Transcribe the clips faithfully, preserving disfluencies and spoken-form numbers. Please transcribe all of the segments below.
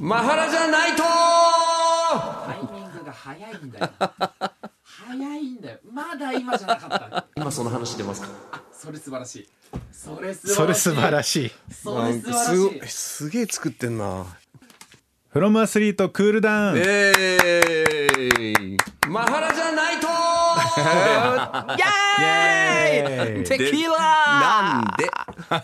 マハラジャナイトタイミングが早いんだよ早いんだよ。まだ今じゃなかった今その話出ますか？ あ、それ素晴らしい。それ素それ素晴らしい。 しい。 それ素晴らしい。 すすげえ作ってんな。 フロムアスリートクールダウン。 えーイマハラジャナイトイエーイ。 テキーラなんで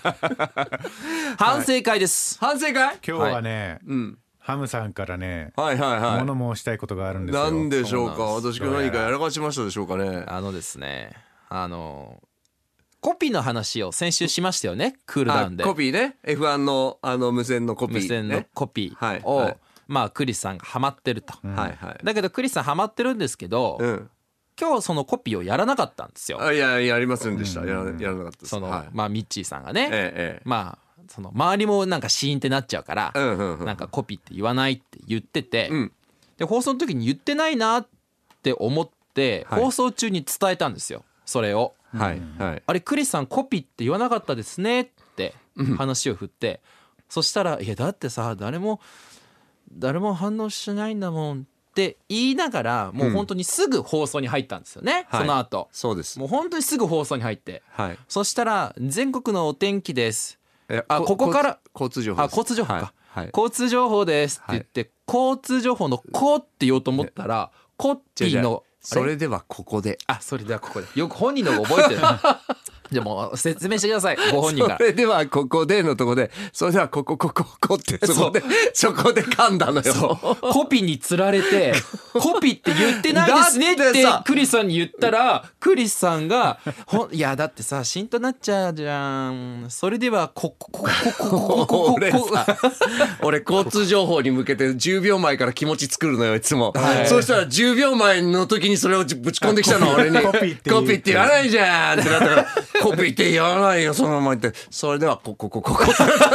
反省会です、 反省会？ 今日はね、 うんハムさんからね、 はいはいはい。 物申したいことがあるんですよ。 なんでしょうか。 そうなんです私が何かやらかしましたでしょうかね。 あのですね、あのコピーの話を先週しましたよね、クールダウンで。 あコピーね エフワン のあの無線のコピー、ね、 無線のコピーを、 はいはい、 まあクリスさんがハマってると、 うんはいはい。 だけどクリスさんハマってるんですけど、 うん、 今日そのコピーをやらなかったんですよ。 あいややりませんでした、 うんやらやらなかったです。 その、 はい、 まあミッチーさんがね、 ええええ、 まあその周りもなんかシーンってなっちゃうから、 うんうんうん、 なんかコピーって言わないって言ってて、 うん、 で放送の時に言ってないなって思って、 はい、 放送中に伝えたんですよ、それを。 はいはい、 あれクリスさんコピーって言わなかったですねって話を振って、そしたらいやだってさ誰も誰も反応しないんだもんって言いながら、もう本当にすぐ放送に入ったんですよね、うん、その後、 はい、そうです。 もう本当にすぐ放送に入って、はい、そしたら全国のお天気です、あ こ, ここから交通情報です。 あ交通情報か、 はいはい、 交通情報ですって言って、はい、交通情報のこって言おうと思ったら、コッピーのそれではここであそれではここでよく本人の覚えてるじゃあもう説明してください、ご本人から。 それではここでのとこで、それではここここここってそこでそこで噛んだのよ。 コピにつられてコピって言ってないですねってクリスさんに言ったら、クリスさんがほいやだってさシーンとなっちゃうじゃん、それではここここここここ俺さ俺交通情報に向けてじゅうびょうまえから気持ち作るのよいつも、はい、そうしたらじゅうびょうまえの時にそれをぶち込んできたの俺にコピーってコピーって言わないじゃんってなったからコピーって言わないよそのまま言って、それではここここここ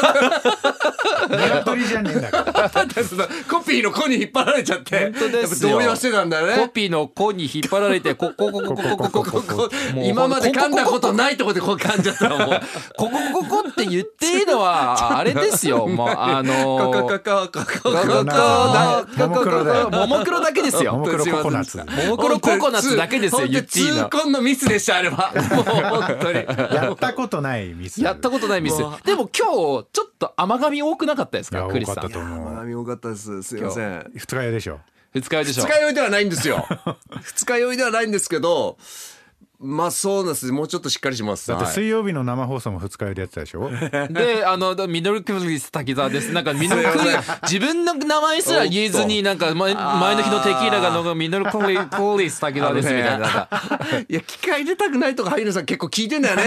鶏じゃねえんだからコピーの子に引っ張られちゃって、 本当ですよ、 やっぱ動揺してたんだよね。 コピーの子に引っ張られてここここここここここ今まで噛んだことないとこでこう噛んじゃったのもうここここって言っていいのはあれですよ、もうあのここここここここももクロだよ。 ももクロだけですよ。 ももクロココナッツ。 ももクロココナッツだけですよ、言っていいの。 痛恨のミスでしたあれは。もう本当にやったことないミス。 やったことないミス。でも今日ちょっと甘噛み多くなかったですか、クリスさん。 多かったと思う。 甘噛み多かったです。すいません。 二日酔いでしょ。 二日酔いでしょ。 二日酔いではないんですよ。二日酔いではないんですけど。まあそうなんです。もうちょっとしっかりします。 だって水曜日の生放送も二日酔いでやってたでしょ。 で、あのミドルクリス滝沢です。なんかミドルクリ自分の名前すら言えずになんか前前の日のテキーラがのミドルクリス滝沢ですみたいな。 いや機械入れたくないとか萩野さん結構聞いてんだよね。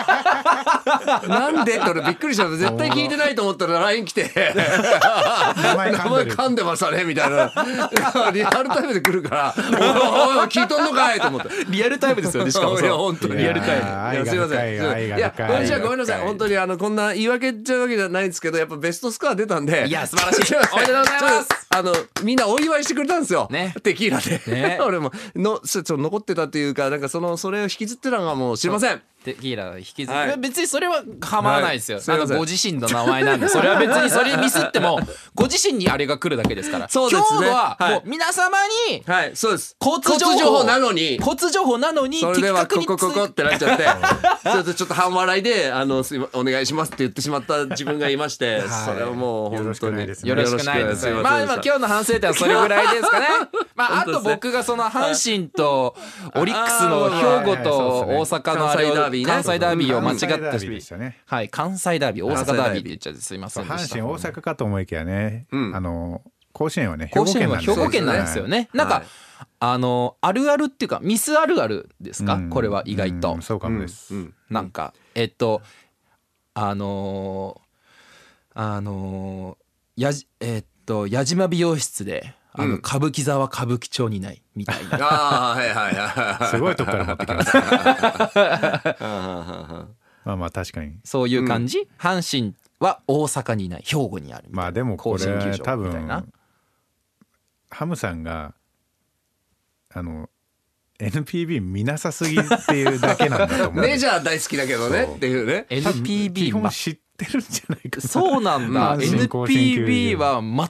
なんでって俺びっくりした。絶対聞いてないと思ったら ライン 来て名前噛んでましたねみたいな。リアルタイムで来るからおいおい聞いとんのかいと思って。 リアルタイムですよね。しかもいや本当にリアルタイム。 いやすいません。いや私はごめんなさい。本当にあのこんな言い訳っちゃうわけじゃないんですけど、やっぱベストスコア出たんで。 いや素晴らしい。おめでとうございます。 あのみんなお祝いしてくれたんですよ。 ね。 テキーラで。 ね。 俺ものちょっと残ってたっていうか、なんかそのそれを引きずってたのかもしれません。 テキーラ引きずって、 はい、 別にそれは構わないですよ。 はい、 あのご自身の名前なんで、それは別にそれミスってもご自身にあれが来るだけですから。 そうですね。 今日はもう皆様に、 はい、そうです。 交通情報なのに、交通情報なのに、 それではここここってなっちゃって、ちょっとちょっと半笑いであのすいまお願いしますって言ってしまった自分がいまして、はい、それはもう本当によろしくないです。まあ今今日の反省点はそれぐらいですかね。まああと僕がその阪神とオリックスの兵庫と大阪のあれを関西ダービーを間違ったし、はい、関西ダービー大阪ダービーって言っちゃってすいませんでした。 阪神大阪かと思いきやね、うん、あの甲子園はね甲子園は兵庫県なんですよね。なんか、はい、あのあるあるっていうかミスあるあるですか、うん、これは意外と、 うん、そうかもです、 うん、なんかえっとあのー、あのー、やじえっと矢島美容室であの歌舞伎座は歌舞伎町にないみたいな、 あはいはいはいすごいとこから持ってきましたまあまあ確かにそういう感じ、うん、阪神は大阪にいない兵庫にあるみたいな。 まあでもこれ多分ハムさんがあの エヌピービー 見なさすぎっていうだけなんだと思うメジャー大好きだけどねっていうね。 エヌピービー基本知ってるんじゃないかな。 そうなんだ、うん、エヌピービー は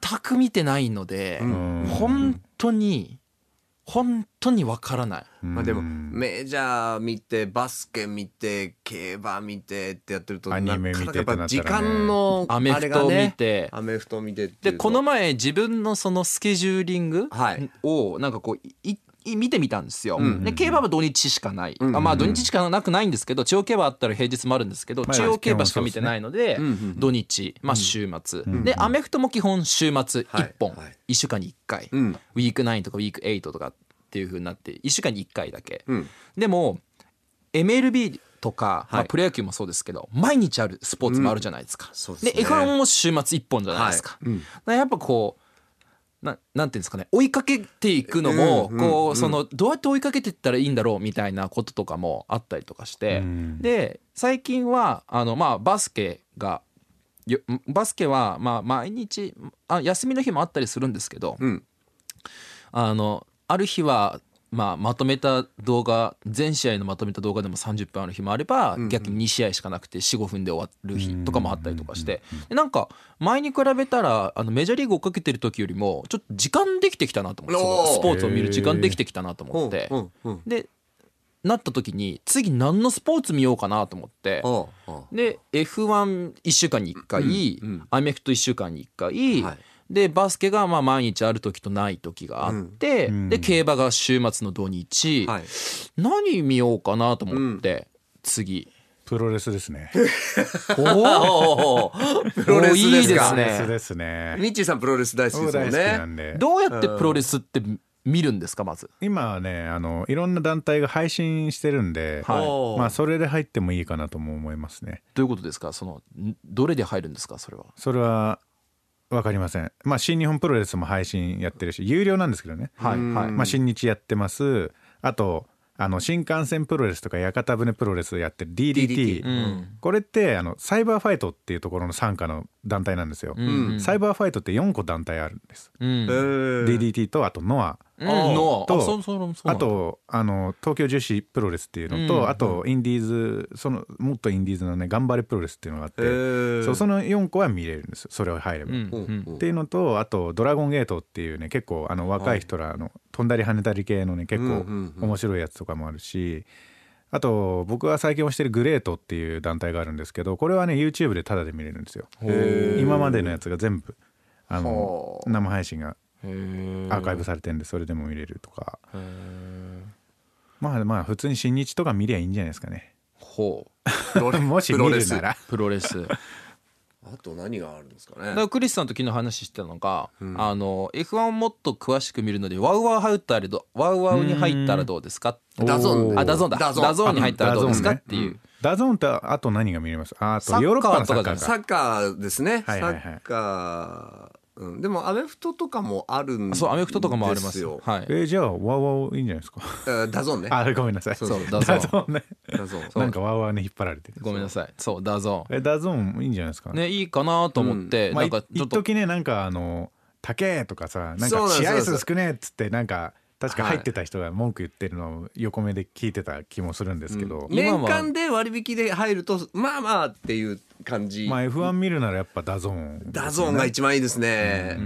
く見てないので、うん、本当に本当にわからない。 まあでもメジャー見てバスケ見て競馬見てってやってるとアニメ見てってなったらね、 時間のアメフト見て、 アメフト見てってでこの前自分のそのスケジューリングをなんかこうい見てみたんですよ、うんうんうん、で競馬は土日しかない、うんうんうん、あまあ土日しかなくないんですけど、地方競馬あったら平日もあるんですけど、地方競馬しか見てないので、まあ、土日、まあ、週末、うんうん、でアメフトも基本週末いっぽん、はいはい、いっしゅうかんにいっかい、うん、ウィークナインとかウィークエイトとかっていう風になっていっしゅうかんにいっかいだけ、うん、でも エムエルビー とか、まあ、プロ野球もそうですけど毎日あるスポーツもあるじゃないですか、うん、で、ね、で エフワン も週末いっぽんじゃないですか、はい、うん、だからやっぱこうな, なんていうんですかね、追いかけていくのも、うん、こう、うん、そのどうやって追いかけていったらいいんだろうみたいなこととかもあったりとかして、うん、で最近はあの、まあ、バスケがバスケはまあ毎日あ休みの日もあったりするんですけど、うん、あのある日はまあ、まとめた動画全試合のまとめた動画でもさんじゅっぷんある日もあれば、うんうん、逆にに試合しかなくて よん,ご 分で終わる日とかもあったりとかして、でなんか前に比べたらあのメジャーリーグ追っかけてる時よりもちょっと時間できてきたなと思って、そのスポーツを見る時間できてきたなと思って、でなった時に次何のスポーツ見ようかなと思って、で エフワンいっ 週間にいっかい、うんうん、アメフトいっしゅうかんにいっかい、はい、でバスケがまあ毎日ある時とない時があって、うん、で競馬が週末の土日、はい、何見ようかなと思って、うん、次プロレスですね。 おプロレスですか。 プロレスですね。 ミッチーさんプロレス大好きですもんね。 なんでどうやってプロレスって見るんですか。まず今はね、あのいろんな団体が配信してるんで、はい、まあそれで入ってもいいかなとも思いますね。 どういうことですか。そのどれで入るんですか。それはそれはわかりません。まあ新日本プロレスも配信やってるし有料なんですけどね、はい、まあ新日やってます。あとあの新幹線プロレスとか屋形船プロレスやってる ディーディーティー、うん、これってあのサイバーファイトっていうところの傘下の団体なんですよ、うん、サイバーファイトってよんこ団体あるんです、うん、ディーディーティー とあとノアと、あとあの東京樹脂プロレスっていうのと、うん、あとインディーズ、そのもっとインディーズのね頑張れプロレスっていうのがあって、そう、そのよんこは見れるんです、それを入れば、うんうん、っていうのと、あとドラゴンゲートっていうね結構あの若い人らの飛んだり跳ねたり系のね結構面白いやつとかもあるし、あと僕が最近推してるグレートっていう団体があるんですけど、これはね YouTube でタダで見れるんですよ。今までのやつが全部あの生配信がアーカイブされてるんで、それでも見れるとか、まあまあ普通に新日とか見りゃいいんじゃないですかね。 ほうもし見るならプロレスあと何があるんですかね。 だからクリスさんと昨日話してたのが、うん、あの エフワン をもっと詳しく見るのでワウワウ入ったらどワウワウに入ったらどうですか。 ダゾーン、 あダゾーンだダゾーン、ダゾーンに入ったらどうですかっていう。 ダゾーンってあと何が見れます。あとヨーロッパのサッカーか。 サッカーですね、はいはいはい、サッカー、うん、でもアメフトとかもあるんですよ。 そうアメフトとかもありますよ、はい、 えー、じゃあワウワウいいんじゃないですか。 ダゾーンね。 あ、ごめんなさい。 そうそうダゾーンね。ダゾーンなんかワウワウに引っ張られてる。 ごめんなさい。そうダゾーン。 えダゾーンいいんじゃないですかね。いいかなと思って、うん、なんかちょっと一時ね、なんかあの高えとかさ、なんか試合数少ねえっつってなんか確か入ってた人が文句言ってるのを横目で聞いてた気もするんですけど、 うん、年間で割引で入るとまあまあっていう感じ。 まあ エフワン 見るならやっぱダゾーン、ね、 ダゾーンが一番いいですね、うん、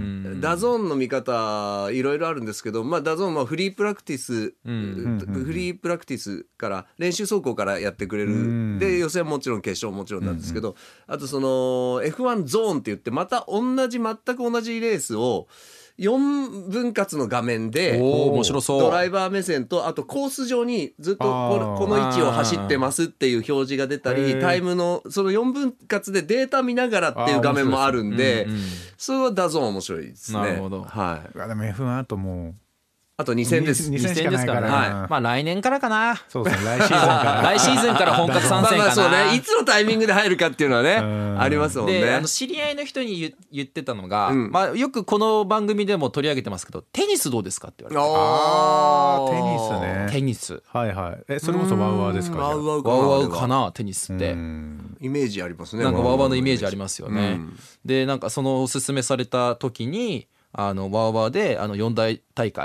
ダゾーンの見方いろいろあるんですけど、まあダゾーンはフリープラクティス、うん、フリープラクティスから練習走行からやってくれる、うん、で予選もちろん決勝もちろんなんですけど、うん、あとその エフワン ゾーンって言ってまた同じ全く同じレースをよんぶん割の画面で面白そう。 ドライバー目線とあとコース上にずっとこ の, この位置を走ってますっていう表示が出たり、タイムのそのよんぶん割でデータ見ながらっていう画面もあるんで、うんうん、それはダゾーン面白いですね。 なるほど、 はい、 でも エフワン あともうあとに戦です。 に戦しかないから、 はい、まあ来年からかな。 そうですね、来シーズンから来シーズンから本格参戦かな。まあまあそうね、いつのタイミングで入るかっていうのはねありますもんね。 であの知り合いの人に 言, 言ってたのが、うん、まあ、よくこの番組でも取り上げてますけど、テニスどうですかって言われて。 あーテニスね。 テニス、 はいはい。えそれこそワウワウですか。 ワウワウかな、ワウワウかなテニスって。 イメージありますね。 なんかワウワウのイメージありますよね、うん、でなんかそのおすすめされた時にあのワウワウであのよん大大会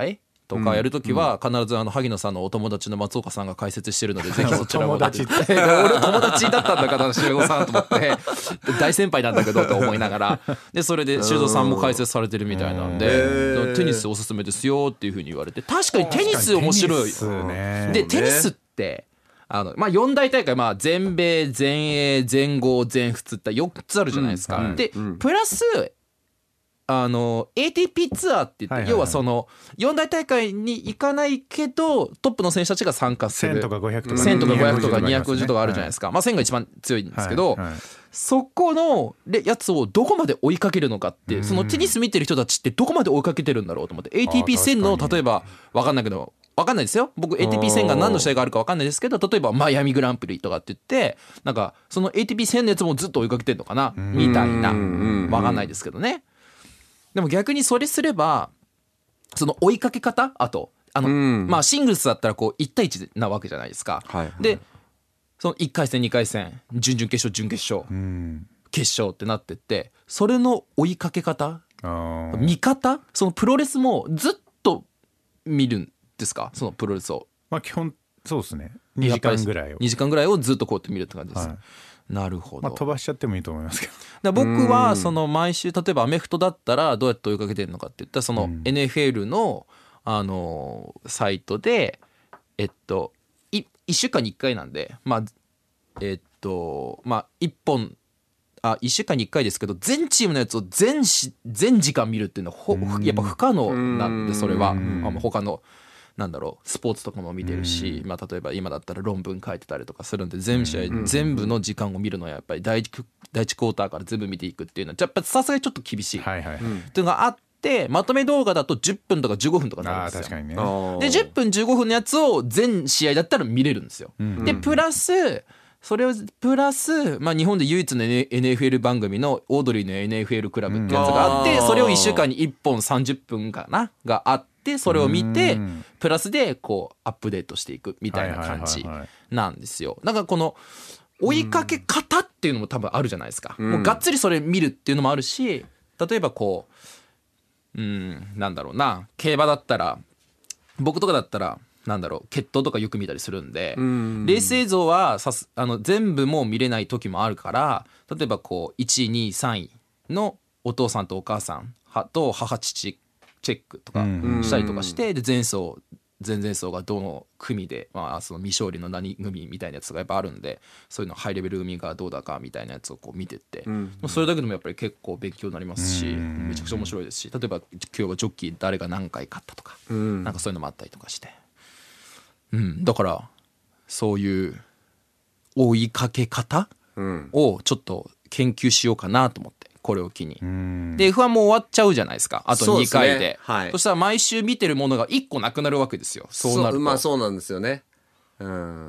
とかやるときは必ずあの萩野さんのお友達の松岡さんが解説してるのでぜひそちらも友達って俺友達だったんだから修造さんと思って大先輩なんだけどと思いながらでそれで修造さんも解説されてるみたいなんでテニスおすすめですよっていう風に言われて確かにテニス面白いでテニスってあのまあ、よん大大会、まあ、全米全英全豪全仏ってよっつあるじゃないですか、うん、で、うん、プラスあの エーティーピー ツアーって言って、はいはいはい、要はそのよん大大会に行かないけどトップの選手たちが参加するせんとかごひゃくとかせんとかごひゃくとかにひゃくごじゅうとかあるじゃないですか、はいまあ、せんが一番強いんですけど、はいはい、そこのやつをどこまで追いかけるのかってそのテニス見てる人たちってどこまで追いかけてるんだろうと思って エーティーピー せんの例えば分かんないけど分かんないですよ僕 エーティーピー せんが何の試合があるか分かんないですけど例えばマイアミグランプリとかって言ってなんかその エーティーピーせん のやつもずっと追いかけてるのかなみたいな分かんないですけどねでも逆にそれすればその追いかけ方あとあの、まあ、シングルスだったらこういち対いちなわけじゃないですか、はいはい、でそのいっかい戦にかい戦準々決勝準決勝決勝ってなってってそれの追いかけ方見方そのプロレスもずっと見るんですかそのプロレスをまあ基本そうですねにじかんぐらいをにじかんぐらいをずっとこうやって見るって感じです、はいなるほど、 まあ、飛ばしちゃってもいいと思いますけどだ僕はその毎週例えばアメフトだったらどうやって追いかけてるのかって言ったらその エヌエフエル のあのサイトでえっといいっしゅうかんにいっかいなんでまあえっとまあいっぽんあいっしゅうかんにいっかいですけど全チームのやつを全し全時間見るっていうのはほやっぱ不可能なんでそれはあ他のなんだろうスポーツとかも見てるし、まあ、例えば今だったら論文書いてたりとかするんで全部試合全部の時間を見るのはやっぱり第一第一クォーターから全部見ていくっていうのはやっぱさすがにちょっと厳しいっていうのがあってまとめ動画だとじゅっぷんとかじゅうごふんとかになるんですよ。 あ確かにねでじゅっぷんじゅうごふんのやつを全試合だったら見れるんですよ。でプラスそれをプラス、まあ、日本で唯一の エヌエフエル 番組のオードリーの エヌエフエル クラブってやつがあってそれをいっしゅうかんにいっぽんさんじゅっぷんかながあってそれを見てプラスでこうアップデートしていくみたいな感じなんですよ。だからこの追いかけ方っていうのも多分あるじゃないですか。もうがっつりそれ見るっていうのもあるし例えばこううんなんだろうな競馬だったら僕とかだったらなんだろう決闘とかよく見たりするんで、うんレース映像はさすあの全部もう見れない時もあるから例えばこういちいにいさんいのお父さんとお母さんと母父チェックとかしたりとかしてで前走前々走がどの組で、まあ、その未勝利の何組みたいなやつがやっぱあるんでそういうのハイレベル組がどうだかみたいなやつをこう見てって、うん、それだけでもやっぱり結構勉強になりますしめちゃくちゃ面白いですし例えば今日はジョッキー誰が何回勝ったとか、うん、なんかそういうのもあったりとかして。うん、だからそういう追いかけ方をちょっと研究しようかなと思ってこれを機にで エフワン も終わっちゃうじゃないですかあとにかい で, で、ねはい、そしたら毎週見てるものがいっこなくなるわけですよそうなるとまあそうなんですよね、うん、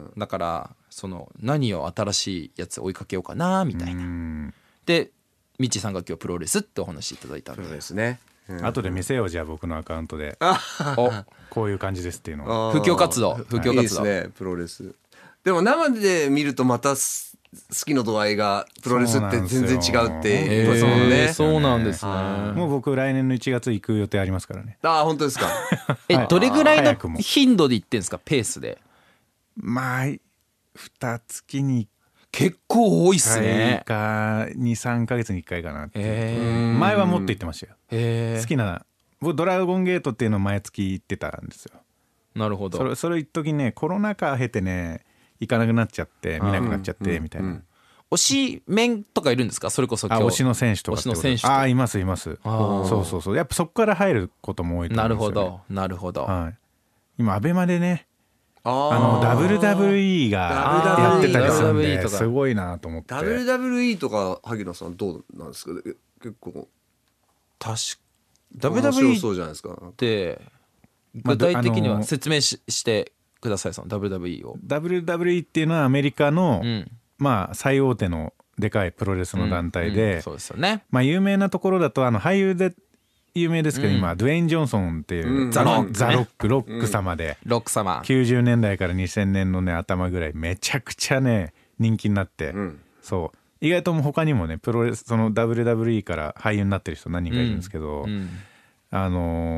だからその何を新しいやつ追いかけようかなみたいなでみちさんが今日プロレスってお話いただいたんでそうですね後で見せようじゃあ僕のアカウントでこういう感じですっていうのを布教活動布教活動、はい、いいですねプロレスでも生で見るとまた好きの度合いがプロレスって全然違うって言いますもんね。 そうなんですね。 もう僕来年のいちがつ行く予定ありますからね。 ああ本当ですかえどれぐらいの頻度で行ってんですかペースで。 まあにがつにいっかい結構多いっすね。 かにさんかげつにいっかいかなって前はもっと行ってましたよ。好きな僕ドラゴンゲートっていうのを毎月行ってたんですよ。 なるほど。 それそれ一時ねコロナ禍経てね行かなくなっちゃって見なくなっちゃってみたいな、うんうん、 推しメンとかいるんですかそれこそ今日あ推しの選手とか推しの選手とあいますいますそうそうそうやっぱそこから入ることも多いと思うんですよ、ね、 なるほどなるほど、 はい、今アベマでねあの ダブリューダブリューイー がやってたりするんですごいなと思ってダブリューダブリューイー とか萩野さんどうなんですか結構確か ダブリューダブリューイー って具体的には説明 し, してくださいその ダブリューダブリューイー をダブリューダブリューイー っていうのはアメリカの、うんまあ、最大手のでかいプロレスの団体で、うんうん、 そうですよねまあ、有名なところだとあの俳優で有名ですけど、うん、今ドゥエイン・ジョンソンっていう、うん、ザ・ロック、ザ・ロックロック様で、 うん、ロック様きゅうじゅうねんだいからにせんねんのね頭ぐらいめちゃくちゃね人気になって、うん、そう意外とも他にもねプロレスその ダブリューダブリューイー から俳優になってる人何人かいるんですけど、うんうん、あのー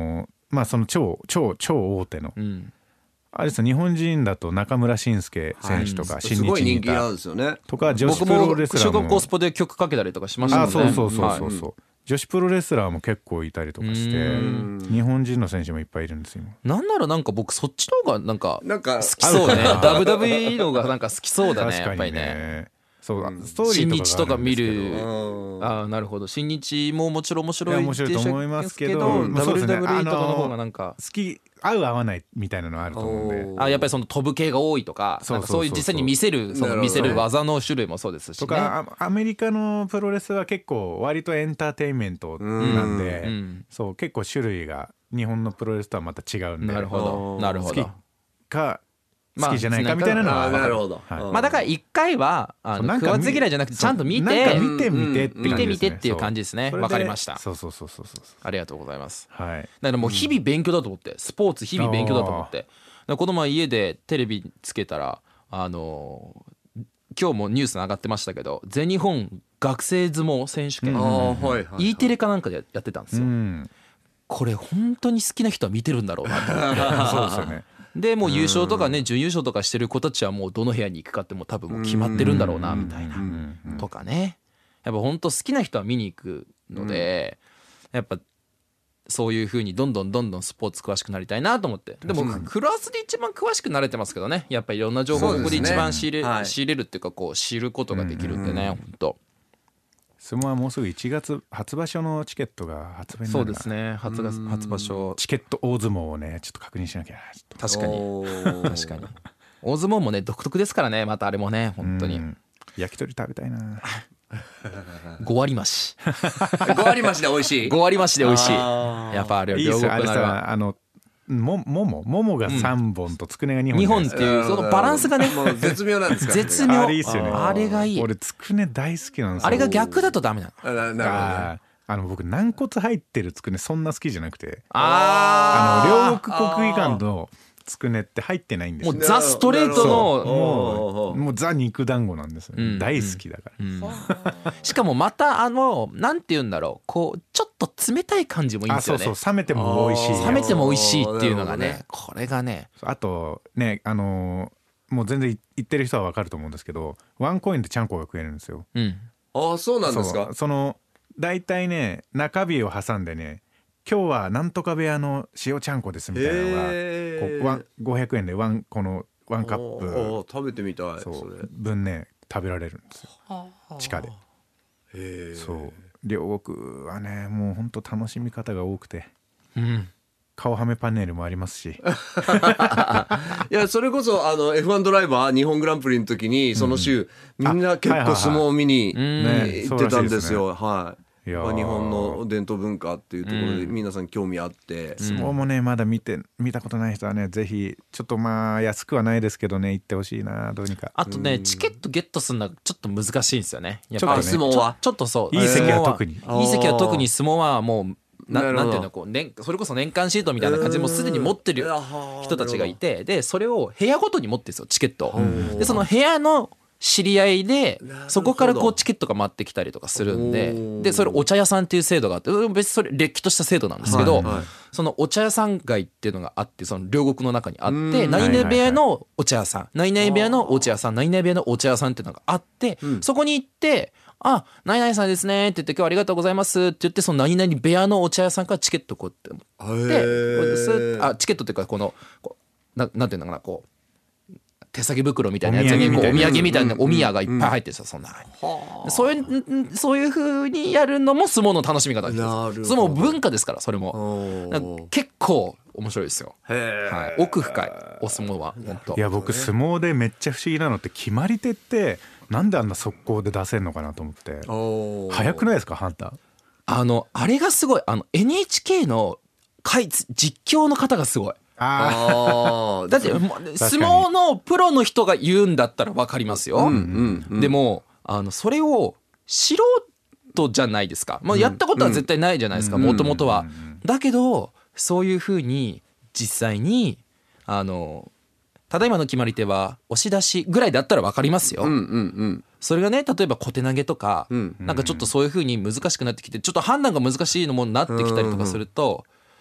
まあその超超超大手の、うん、あれですよ、日本人だと中村慎介選手とか、新日にいたとか、女子プロレスラーも僕も小学校スポで曲かけたりとかしましたもんね。 あ、そうそうそうそうそう、はい、女子プロレスラーも結構いたりとかして、日本人の選手もいっぱいいるんですよ。 なんならなんか僕そっちの方がなんか好きそうね。ダブリューダブリューイー の方がなんか好きそうだね。やっぱりね。そう、ストーリーとかがあるんですけど、新日とか見る、ああなるほど、新日ももちろん面白い面白いと思いますけど、 ダブリューダブリューイー とかの方がなんか好き、合う合わないみたいなのあると思うんで、 あやっぱりその飛ぶ系が多いとか、なんかそういう実際に見せるその見せる技の種類もそうですしね。 とかアメリカのプロレスは結構割とエンターテインメントなんで、うん、そう結構種類が日本のプロレスとはまた違うんで、 なるほどなるほど、 好きか好きじゃないかみたいなのはなるほど、 まあだから一回はあの食わず嫌いじゃなくてちゃんと見て見て見て見て見てっていう感じですね。わかりました。 そうそうそうそうそう、 ありがとうございます。 はい。 だからもう日々勉強だと思って、スポーツ日々勉強だと思って、この前家でテレビつけたらあの今日もニュースに上がってましたけど、全日本学生相撲選手権 E テレかなんかでやってたんですよ。これ本当に好きな人は見てるんだろうなと思って。 そうですよね。 でもう優勝とかね準優勝とかしてる子たちはもうどの部屋に行くかってもう多分もう決まってるんだろうなみたいなとかね、やっぱ本当好きな人は見に行くので、やっぱそういう風にどんどんどんどんスポーツ詳しくなりたいなと思って。でもクラスで一番詳しくなれてますけどね、やっぱりいろんな情報をここで一番仕入れ、はい、仕入れるっていうかこう知ることができるんでね、本当。 相撲はもうすぐいちがつ初場所のチケットが発売になるな。 そうですね、初が初場所チケット大相撲をねちょっと確認しなきゃ。 確かに確かに大相撲もね独特ですからね、またあれもね本当に。 焼き鳥食べたいな。 ご割増しご割増しで美味しい。 ご割増しで美味しい。やっぱあれは両国ならあのもももももがさんぼんとつくねがにほん、 にほんっていうそのバランスがねもう絶妙なんですか。 絶妙。 あれいいっすよね。 あれがいい。 俺つくね大好きなんですよ。 あれが逆だとダメなの。 なるほどね。 あの僕軟骨入ってるつくねそんな好きじゃなくて、 ああの両国国技館のつくねって入ってないんですよ。 もうザストレートのもうもうザ肉団子なんですよ、ね、うん、大好きだから、うんうん、 しかもまたあのなんて言うんだろう、こうちょっと冷たい感じもいいんですよね。 あそうそう、冷めても美味しい。 冷めても美味しいっていうのが ね, ねこれがね、 あとねあのー、もう全然言ってる人は分かると思うんですけど、ワンコインでちゃんこが食えるんですよ、 うん、 ああそうなんですか。 そ, その大体ね中日を挟んでね、今日はなんとか部屋の塩ちゃんこですみたいなのがこうワンごひゃくえんでワンこのワンカップ食べてみたい。 そうそれ分ね食べられるんですよ、地下で。 へそう両国はねもうほんと楽しみ方が多くて、 うん、 顔はめパネルもありますしいやそれこそあの エフワン ドライバー日本グランプリの時にその週、うん、みんな結構相撲を見に行ってたんですよ。はい。日本の伝統文化っていうところで皆さん興味あって、 うん、相撲もねまだ見て見たことない人はねぜひちょっとまあ安くはないですけどね行ってほしいな、どうにか。 あとね、うん、チケットゲットするのはちょっと難しいんですよね、やっぱり、ね、相撲はちょっとそういい席は特にいい席は特に相撲はもうな, なんていうのこう年それこそ年間シートみたいな感じでもうすでに持ってる人たちがいて、でそれを部屋ごとに持ってるんですよチケットを。でその部屋の知り合いでそこからこうチケットが回ってきたりとかするんで、でそれお茶屋さんっていう制度があって、別にそれれっきとした制度なんですけど、はいはい、そのお茶屋さん街っていうのがあって、その両国の中にあって、何々部屋のお茶屋さん、何々部屋のお茶屋さん、何々部屋のお茶屋さんっていうのがあって、そこに行ってあ、何々さんですねって言って今日はありがとうございますって言って、その何々部屋のお茶屋さんからチケットをこうやって持って、あチケットっていうかこのこう な, なんていうのかなこう手提げ袋みたいなやつにこうお土産みたいなお宮がいっぱい入ってるんですよ、そんなに。そういうそういう風にやるのも相撲の楽しみ方です。相撲文化ですから、それも結構面白いですよ。はい、奥深いお相撲は本当。 いや僕相撲でめっちゃ不思議なのって決まり手ってなんであんな速攻で出せるのかなと思って。早くないですかハンター。 あのあれがすごい、あの エヌエイチケー の実況の方がすごい。あだって相撲のプロの人が言うんだったら分かりますよ、うんうんうん、でもあのそれを素人じゃないですか、まあ、やったことは絶対ないじゃないですかもともとは。だけどそういうふうに実際にあのただいまの決まり手は押し出しぐらいだったら分かりますよ、うんうんうん、それがね例えば小手投げとか、うん、なんかちょっとそういうふうに難しくなってきてちょっと判断が難しいのもなってきたりとかすると、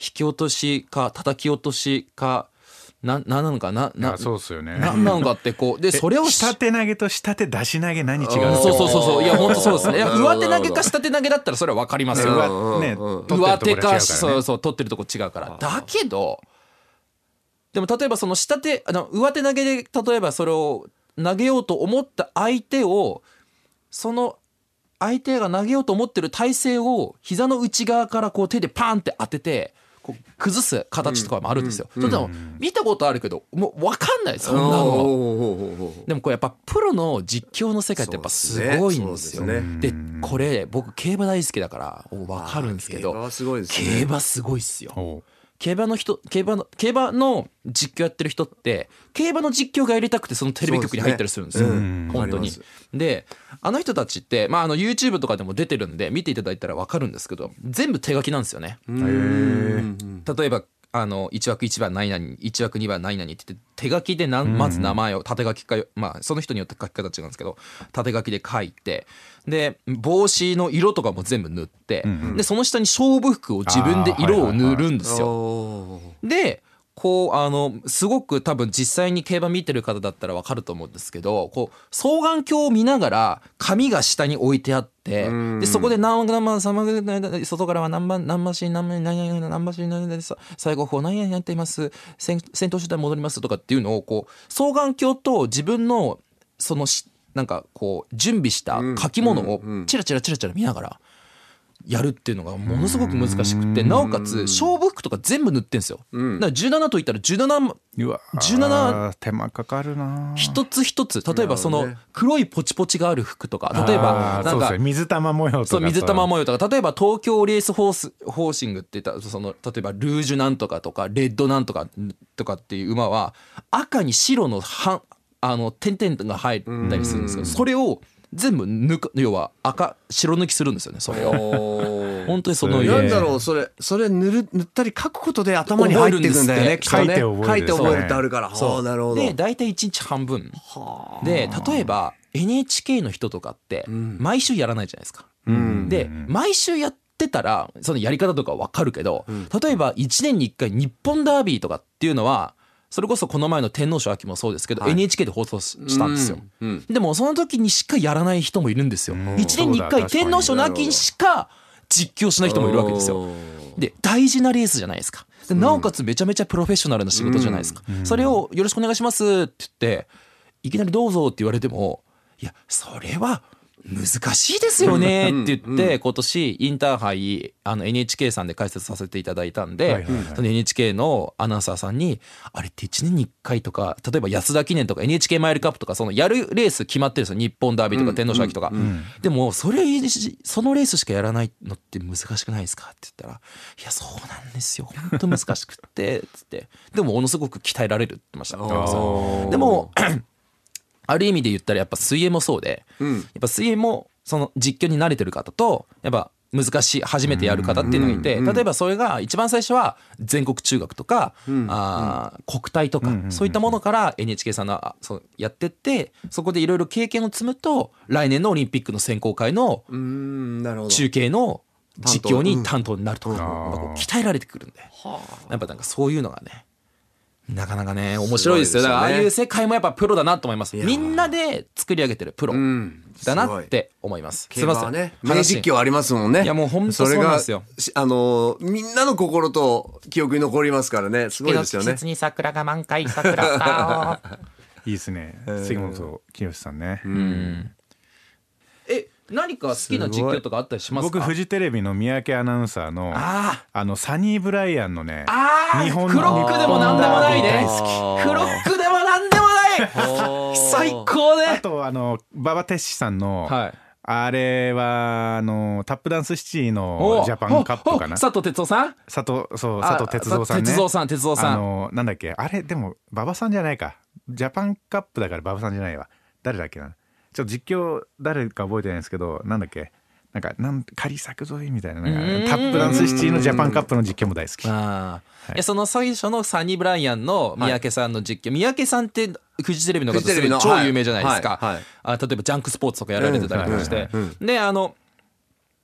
き落としか叩き落としかな、なんなのかな、な、 そうっすよね。 なんなのかってこうでそれを下手投げと下手出し投げ何違う？ そうそうそうそう、いや本当そうですね。いや上手投げか下手投げだったらそれは分かりますよ。 上ね、 上手かそうそう取ってるとこ違うから。だけどでも例えばその下手あの上手投げで例えばそれを投げようと思った相手をその相手が投げようと思ってる体勢を膝の内側からこう手でパンって当ててこう崩す形とかもあるんですよ。うんうん、それでも見たことあるけどもう分かんないそんなの。でもこれやっぱプロの実況の世界ってやっぱすごいんですよ。で, でこれ僕競馬大好きだから分かるんですけど、競馬すごいですね。競馬すごいっすよ。競馬の人競馬の競馬の実況やってる人って競馬の実況がやりたくてそのテレビ局に入ったりするんですよ。そうですね、うん、本当に。であの人たちって、まあ、あの YouTube とかでも出てるんで見ていただいたら分かるんですけど全部手書きなんですよね。へー。例えばあのいち枠いちばん何々いち枠にばん何々って言って手書きでなんまず名前を縦書きか、まあその人によって書き方違うんですけど縦書きで書いてで帽子の色とかも全部塗って、うんうん、でその下に勝負服を自分で色を塗るんですよ。でこうあのすごく多分実際に競馬見てる方だったら分かると思うんですけどこう双眼鏡を見ながら紙が下に置いてあってでそこで何何番何番外からは何番何馬身何番何々何馬身何々最後こう何々やっています先先頭集団戻りますとかっていうのをこう双眼鏡と自分のそのなんかこう準備した書き物をチラチラチラチラ見ながらやるっていうのがものすごく難しくってなおかつ勝負服とか全部塗ってんすよ。だからじゅうななと言ったらじゅうななうわじゅうなな手間かかるな一つ一つ例えばその黒いポチポチがある服とか例えばなんか水玉模様とかそう水玉模様とか例えば東京レースホースホーシングって言ったらその例えばルージュなんとかとかレッドなんとかとかっていう馬は赤に白のはあの点々が入ったりするんですけどそれを全部抜く要は赤白抜きするんですよねそれを本当にそのなんだろうそれそれ塗る塗ったり書くことで頭に入ってくんだよね。 書いて覚える書いて覚えるってあるからそうなるほど。で大体いちにち半分で例えば エヌエイチケー の人とかって毎週やらないじゃないですか、うん、で毎週やってたらそのやり方とか分かるけど、うん、例えばいちねんにいっかい日本ダービーとかっていうのはそれこそこの前の天皇賞秋もそうですけど、はい、エヌエイチケー で放送したんですよ、うんうん、でもその時にしかやらない人もいるんですよ。いちねんにいっかい天皇賞の秋にしか実況しない人もいるわけですよ。で大事なレースじゃないですか。でなおかつめちゃめちゃプロフェッショナルな仕事じゃないですか、うん、それをよろしくお願いしますって言っていきなりどうぞって言われてもいやそれは難しいですよねって言って今年インターハイあの エヌエイチケー さんで解説させていただいたんでその エヌエイチケー のアナウンサーさんにあれっていちねんにいっかいとか例えば安田記念とか エヌエイチケー マイルカップとかそのやるレース決まってるんですよ。日本ダービーとか天皇賞秋とかでもそれそのレースしかやらないのって難しくないですかって言ったらいやそうなんですよ本当難しくってつってでもものすごく鍛えられるって言ってました。でもある意味で言ったらやっぱ水泳もそうで、うん、やっぱ水泳もその実況に慣れてる方とやっぱ難しい初めてやる方っていうのがいて、うんうん、例えばそれが一番最初は全国中学とか、うん、あ国体とか、うん、そういったものから エヌエイチケー さんのそうやってってそこでいろいろ経験を積むと来年のオリンピックの選考会の中継の実況に担当になるとか、うん、こう鍛えられてくるんで、やっぱなんかそういうのがねなかなかね面白いですよ。だからああいう世界もやっぱプロだなと思います。みんなで作り上げてるプロだなって思います。 すいませんね名実況ありますもんね。 いやもう本当そうなんですよ。 それがあのみんなの心と記憶に残りますからねすごいですよね。 季節に桜が満開桜がいいですね杉本清さんね。 うんえ何か好きな実況とかあったりしますか？ 僕フジテレビの三宅アナウンサーのああのサニー・ブライアンのね日本のクロックでもなんでもないねクロックでもなんでもない最高ね。 あとあの馬場哲司さんの、はい、あれはあのタップダンスシティのジャパンカップかな。 佐藤哲夫さん佐藤そう佐藤哲夫さんね。 哲夫さん哲夫さんあのなんだっけあれでも馬場さんじゃないかジャパンカップだから馬場さんじゃないわ誰だっけなちょっと実況誰か覚えてないんですけどなんだっけなんかなん仮作沿いみたいななんかタップダンスシティのジャパンカップの実況も大好き。あ、 はい、その最初のサニー・ブライアンの三宅さんの実況、はい、三宅さんってフジテレビの方すごい超有名じゃないですか、はいはいはい、あ例えばジャンクスポーツとかやられてたりとかして、はいはいはいはい、であの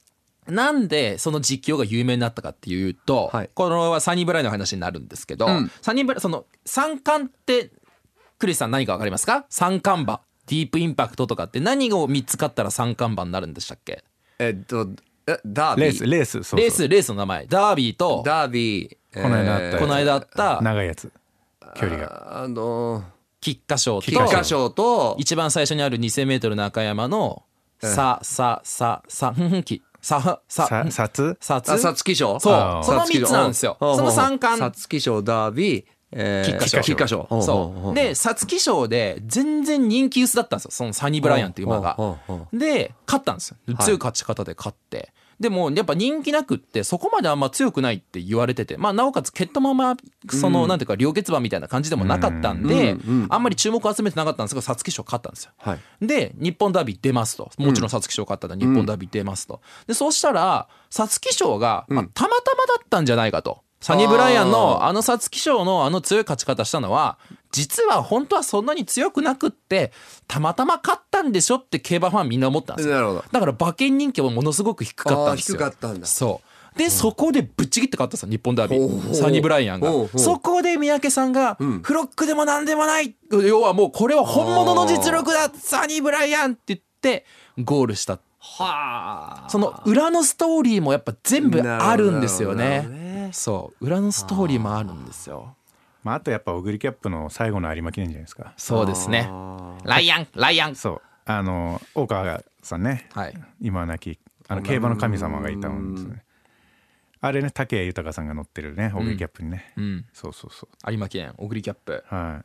なんでその実況が有名になったかっていうと、はい、このはサニーブライの話になるんですけど、うん、サニーブライその三冠ってクリスさん何か分かりますか？三冠馬、ディープインパクトとかって何をみっつ勝ったら三冠馬になるんでしたっけ？ えっとダービーレースレースそうそうレースレースの名前ダービーとダービー、 えー、この間あったこの間あった長いやつ距離があ、あのー、 菊花賞と菊花賞と一番最初にあるにせんメートル中山のささささふんふんきささささつさつさつき賞そうそのみっつなんですよ。その三冠さつき賞ダービーえー、 菊花賞そうで皐月賞で全然人気薄だったんですよそのサニーブライアンっていう馬がで勝ったんですよ強い勝ち方で勝って、はい、でもやっぱ人気なくってそこまであんま強くないって言われてて、まあ、なおかつケットママその、うん、なんていうか両血馬みたいな感じでもなかったんで、うんうん、あんまり注目を集めてなかったんですが皐月賞勝ったんですよ、はい、で日本ダービー出ますともちろん皐月賞勝ったら日本ダービー出ますとでそうしたら皐月賞が、まあ、たまたまだったんじゃないかとサニーブライアンのあの皐月賞のあの強い勝ち方したのは実は本当はそんなに強くなくってたまたま勝ったんでしょって競馬ファンみんな思ったんですよ。 なるほど。 だから馬券人気もものすごく低かったんですよ。 低かったんだ。 そうで、うん、そこでぶっちぎって勝ったんですよ日本ダービーサニーブライアンが。そこで三宅さんが、うん、フロックでもなんでもない要はもうこれは本物の実力だサニーブライアンって言ってゴールしたはあ、その裏のストーリーもやっぱ全部あるんですよね。ねそう裏のストーリーもあるんですよ。 まあ、あとやっぱオグリキャップの最後の有馬記念じゃないですか。 そうですね。ライアンライアンそうあの大川さんね、はい、今は亡きあの競馬の神様がいたんですね。あれね竹谷豊さんが乗ってるねオグリキャップにね、うんうん、そうそうそう有馬記念オグリキャップ。 はい。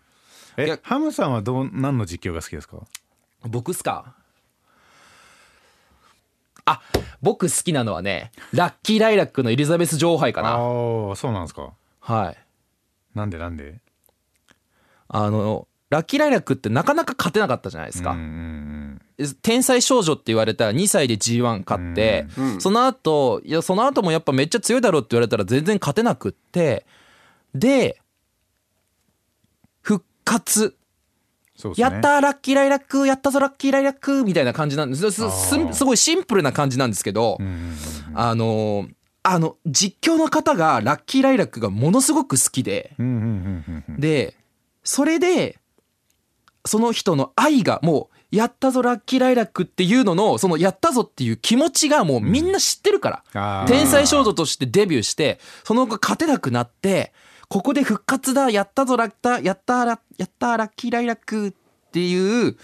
えハムさんはどう何の実況が好きですか？ 僕っすか。あ僕好きなのはねラッキーライラックのエリザベス女王杯かな。 ああそうなんですか。 はい。 なんでなんであのラッキーライラックってなかなか勝てなかったじゃないですか。うんうんうん、天才少女って言われたにさいで ジーワン 勝って、うんうん、その後いやその後もやっぱめっちゃ強いだろうって言われたら全然勝てなくってで復活そうですね、やったーラッキーライラックやったぞラッキーライラックみたいな感じなんです す, す, すごいシンプルな感じなんですけど、うんうんうん、あのあの実況の方がラッキーライラックがものすごく好きで、うんうんうんうん、でそれでその人の愛がもうやったぞラッキーライラックっていうののそのやったぞっていう気持ちがもうみんな知ってるから、うん、天才少女としてデビューしてその後勝てなくなってここで復活だやったぞラッタやったラやったラッキーライラックっていう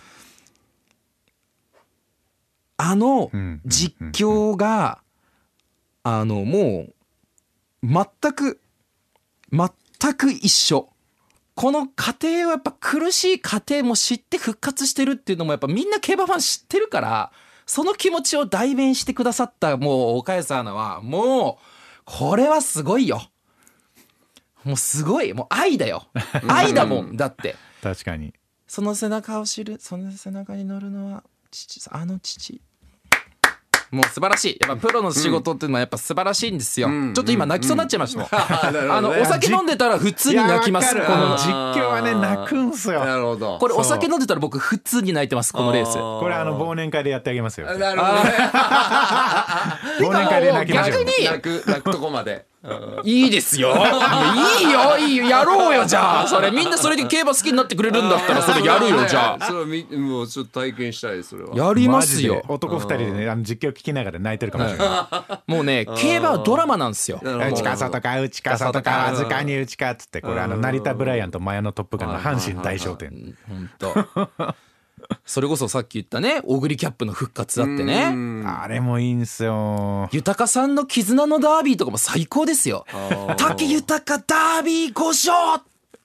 あの実況があのもう全く全く一緒。この過程はやっぱ苦しい過程も知って復活してるっていうのもやっぱみんな競馬ファン知ってるからその気持ちを代弁してくださったもう岡安アナはもうこれはすごいよ。もうすごいもう愛だよ愛だもんだって確かにその背中を知るその背中に乗るのは父あの父もう素晴らしいやっぱプロの仕事っていうのはやっぱ素晴らしいんですよ、うん、ちょっと今泣きそうになっちゃいましたもん、うん、あのお酒飲んでたら普通に泣きますこの実況はね泣くんすよ。 なるほど。 これお酒飲んでたら僕普通に泣いてますこのレース。 これあの忘年会でやってあげますよ。 なるほどね忘年会で泣きましょう。 逆に泣く泣くとこまでいいですよいいよいいよやろうよじゃあそれみんなそれで競馬好きになってくれるんだったらそれやるよじゃあそれはみもうちょっと体験したいそれはやりますよ。 男二人でねあの実況聞きながら泣いてるかもしれない。 もうね競馬はドラマなんですよ。 内か外か内か外かわずかに内かっつってこれあの成田ブライアンとマヤのトップガンの阪神大賞典本当それこそさっき言ったねオグリキャップの復活だってねあれもいいんすよ。 豊さんの絆のダービーとかも最高ですよ。武豊ダービーご勝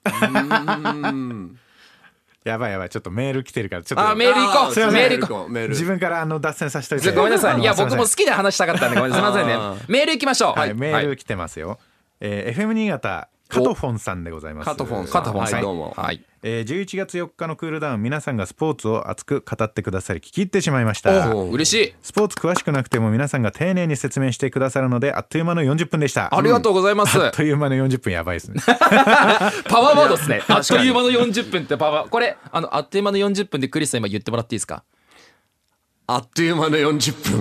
やばいやばいちょっとメール来てるからちょっとあメール行こうメール行こう自分からあの脱線させといてごめんなさいいや僕も好きで話したかったんでごめんなさいすいませんねメール行きましょう。 はい、はい、メール来てますよ、えー、エフエム 新潟カトフォンさんでございます。 カトフォンカトフォンさん、 はい、どうも、 はいえー、じゅういちがつよっかのクールダウン皆さんがスポーツを熱く語ってくださり聞き入ってしまいました。 嬉しい。 スポーツ詳しくなくても皆さんが丁寧に説明してくださるのであっという間のよんじゅっぷんでした。 ありがとうございます、 うん、あっという間のよんじゅっぷんやばいですねパワーワードですねあっという間のよんじゅっぷんってパワーこれあのあっという間のよんじゅっぷんでクリスさん今言ってもらっていいですか。 あっという間のよんじゅっぷん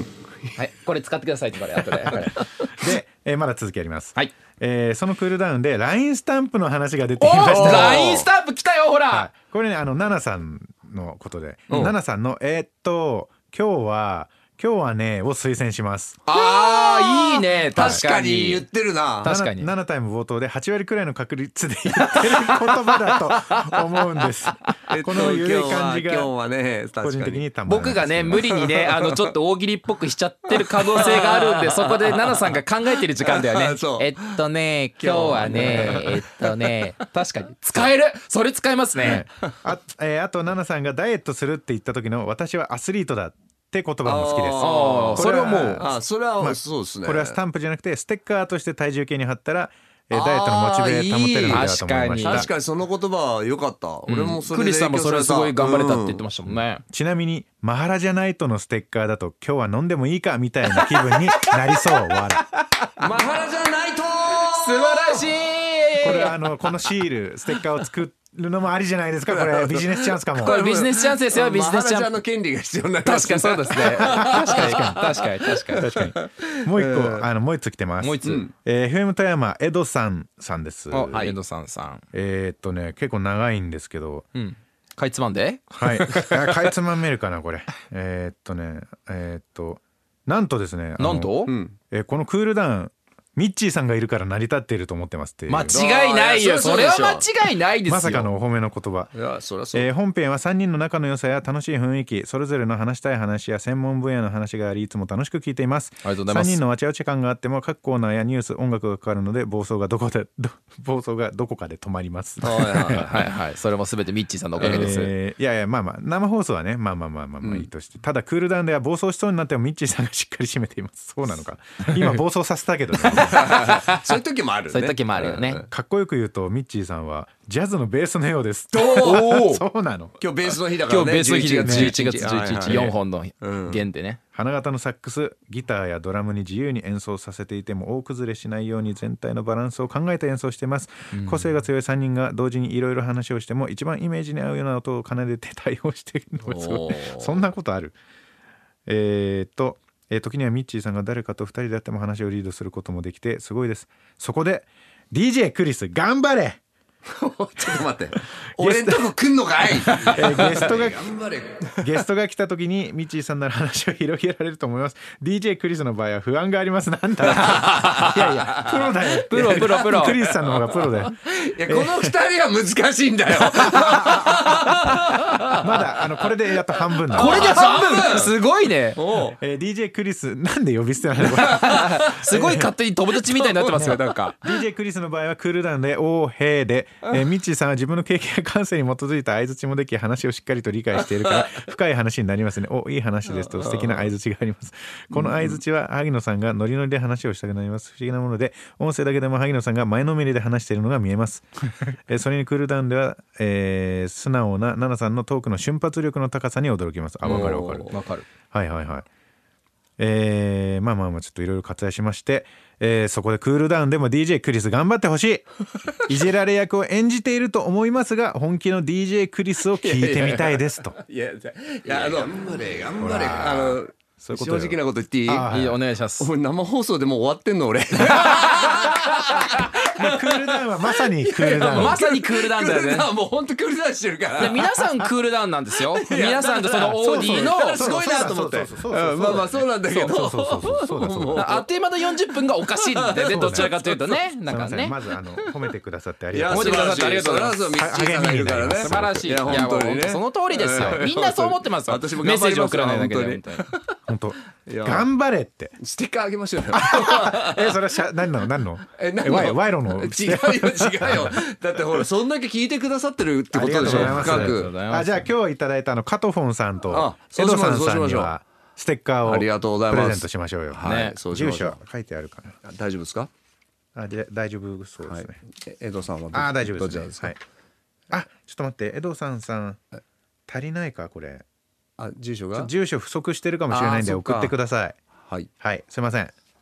はい、これ使ってくださいってこれ後でで、えー、まだ続きあります、 はいえー、そのクールダウンで ライン スタンプの話が出てきました。 ライン スタンプ来たよほら、 はい、これねあのナナさんのことで、ナナさんのえー、っと今日は今日はねを推薦します。 あーいいね、 確かに言ってるな。 確かにななタイム冒頭ではち割くらいの確率で言ってる言葉だと思うんです。このゆるい感じが今日はね個人的にたまらない。 僕がね無理にねあのちょっと大喜利っぽくしちゃってる可能性があるんで、そこでナナさんが考えてる時間だよねえっとね今日はねえっとね確かに使える、それ使えますね、 はい、あ, えー、あとナナさんがダイエットするって言った時の私はアスリートだって言葉も好きです。 あそれはもうあそれは、 まあ、 そうですね。 これはスタンプじゃなくてステッカーとして体重計に貼ったら、えー、ダイエットのモチベ保てるのではと思いました。 確かにその言葉は良かった、うん、俺もそれでクリスさんもそれはすごい頑張れたって言ってましたもんね、うん、 ちなみにマハラジャナイトのステッカーだと今日は飲んでもいいかみたいな気分になりそうわらマハラジャナイト素晴らしい。 これはあのこのシールステッカーを作るのもありじゃないですか。これビジネスチャンスかも。 これビジネスチャンスですよ。ビジネスチャンスの権利が必要になります。 確かにそうですね。確かに確かに確かに確かに。もう一個あのもう一つ来てます。 もう一つ。 えー、エフエム 富山エドさんさんです。 はい、エドさんさん。 えー、っとね結構長いんですけど。 うん。かいつまんで？ はい。かいつまんめるかなこれ。えー、っとねえー、っとなんとですね。 なんと？ えー、このクールダウン。ミッチーさんがいるから成り立っていると思ってますっていう。 間違いないよ。それは間違いないですよ。 まさかのお褒めの言葉。 いやそりゃそう、 えー、本編はさんにんの仲の良さや楽しい雰囲気、それぞれの話したい話や専門分野の話があり、いつも楽しく聞いています。 ありがとうございます。 さんにんのわちゃわちゃ感があっても各コーナーやニュース、音楽がかかるので暴走がどこで暴走がどこかで止まります。 はいはいはいはい。それもすべてミッチーさんのおかげです。 えー、いやいやまあまあ生放送はねまあまあまあまあまあいいとして、うん、ただクールダウンでは暴走しそうになってもミッチーさんがしっかり締めています。そうなのか。今暴走させたけどね。 そういう時もあるね。 そういう時もあるよね。 かっこよく言うとミッチーさんはジャズのベースのようです。おお、そうなの。 今日ベースの日だからね。 今日ベースの日がじゅういちがつじゅういちにちよんほんの弦でね。 花形のサックス、ギターやドラムに自由に演奏させていても大崩れしないように全体のバランスを考えて演奏しています。うん、個性が強いさんにんが同時にいろいろ話をしても一番イメージに合うような音を奏でて対応しているのですごい。そんなことある。えー、っとえー、時にはミッチーさんが誰かとふたりであっても話をリードすることもできてすごいです。そこで ディージェー クリス頑張れちょっと待って俺んとこ来んのかい、えー、ゲストがゲストが来た時にミッチーさんなら話を広げられると思います。 ディージェー クリスの場合は不安があります。なんだいやいやプロだよ。 プロプロプロクリスさんの方がプロだよ。 いやこのふたりは難しいんだよ。 まだあのこれでやっと半分だ。 これで半分すごいね。 えー、ディージェー クリスなんで呼び捨てなのすごい勝手に友達みたいになってますよ。なんかディージェー クリスの場合はクールダウンでおーへーで、えー、ミッチーさんは自分の経験や感性に基づいた相槌もでき話をしっかりと理解しているから深い話になりますね。おいい話ですと素敵な相槌があります。この相槌は萩野さんがノリノリで話をしたくなります。不思議なもので音声だけでも萩野さんが前のめりで話しているのが見えます。えー、それにクールダウンでは、えー、素直な奈々さんのトークの瞬発力の高さに驚きます。あ、わかるわかるわかる。 はいはいはい。えー、まあまあまあちょっといろいろ割愛しまして、えー、そこでクールダウンでも ディージェー クリス頑張ってほしい。いじられ役を演じていると思いますが本気の ディージェー クリスを聞いてみたいですと。 いやいやあの頑張れ頑張れあのそういうこと正直なこと言っていい？ はい、お願いします。 生放送でもう終わってんの俺。 もうクールダウンはまさにクールダウン。 まさにクールダウンだよね。 もう本当クールダウンしてるから。 皆さんクールダウンなんですよ。皆さんとそのオーディのすごいなと思って。まあまあそうなんだけど。 あっという間のよんじゅっぷんがおかしいんでね。どちらかというとね。なんかね。 まずあの褒めてくださってありがとう。 褒めてくださってありがとうございます。 励みになるね。 素晴らしい。いや本当にね。 その通りですよ。みんなそう思ってますよ。 私もメッセージ送らないだけで。 本当。頑張れってステッカーあげましょうよ。 えそれはしゃ何なの何の？ え何の？賄賂の？ 違うよ違うよ。だってほらそんだけ聞いてくださってるってことでしょ。深く。 あじゃあ今日いただいたあのカトフォンさんとエドさんさんにはステッカーをありがとうございます。 プレゼントしましょうよ。 はい。 住所書いてあるかな。 大丈夫ですか？ あで大丈夫そうですね。 エドさんはあ大丈夫ですね。はい。あちょっと待ってエドさんさん足りないかこれ。 あ住所が？ 住所不足してるかもしれないんで送ってください。 はい、 はい、すいません。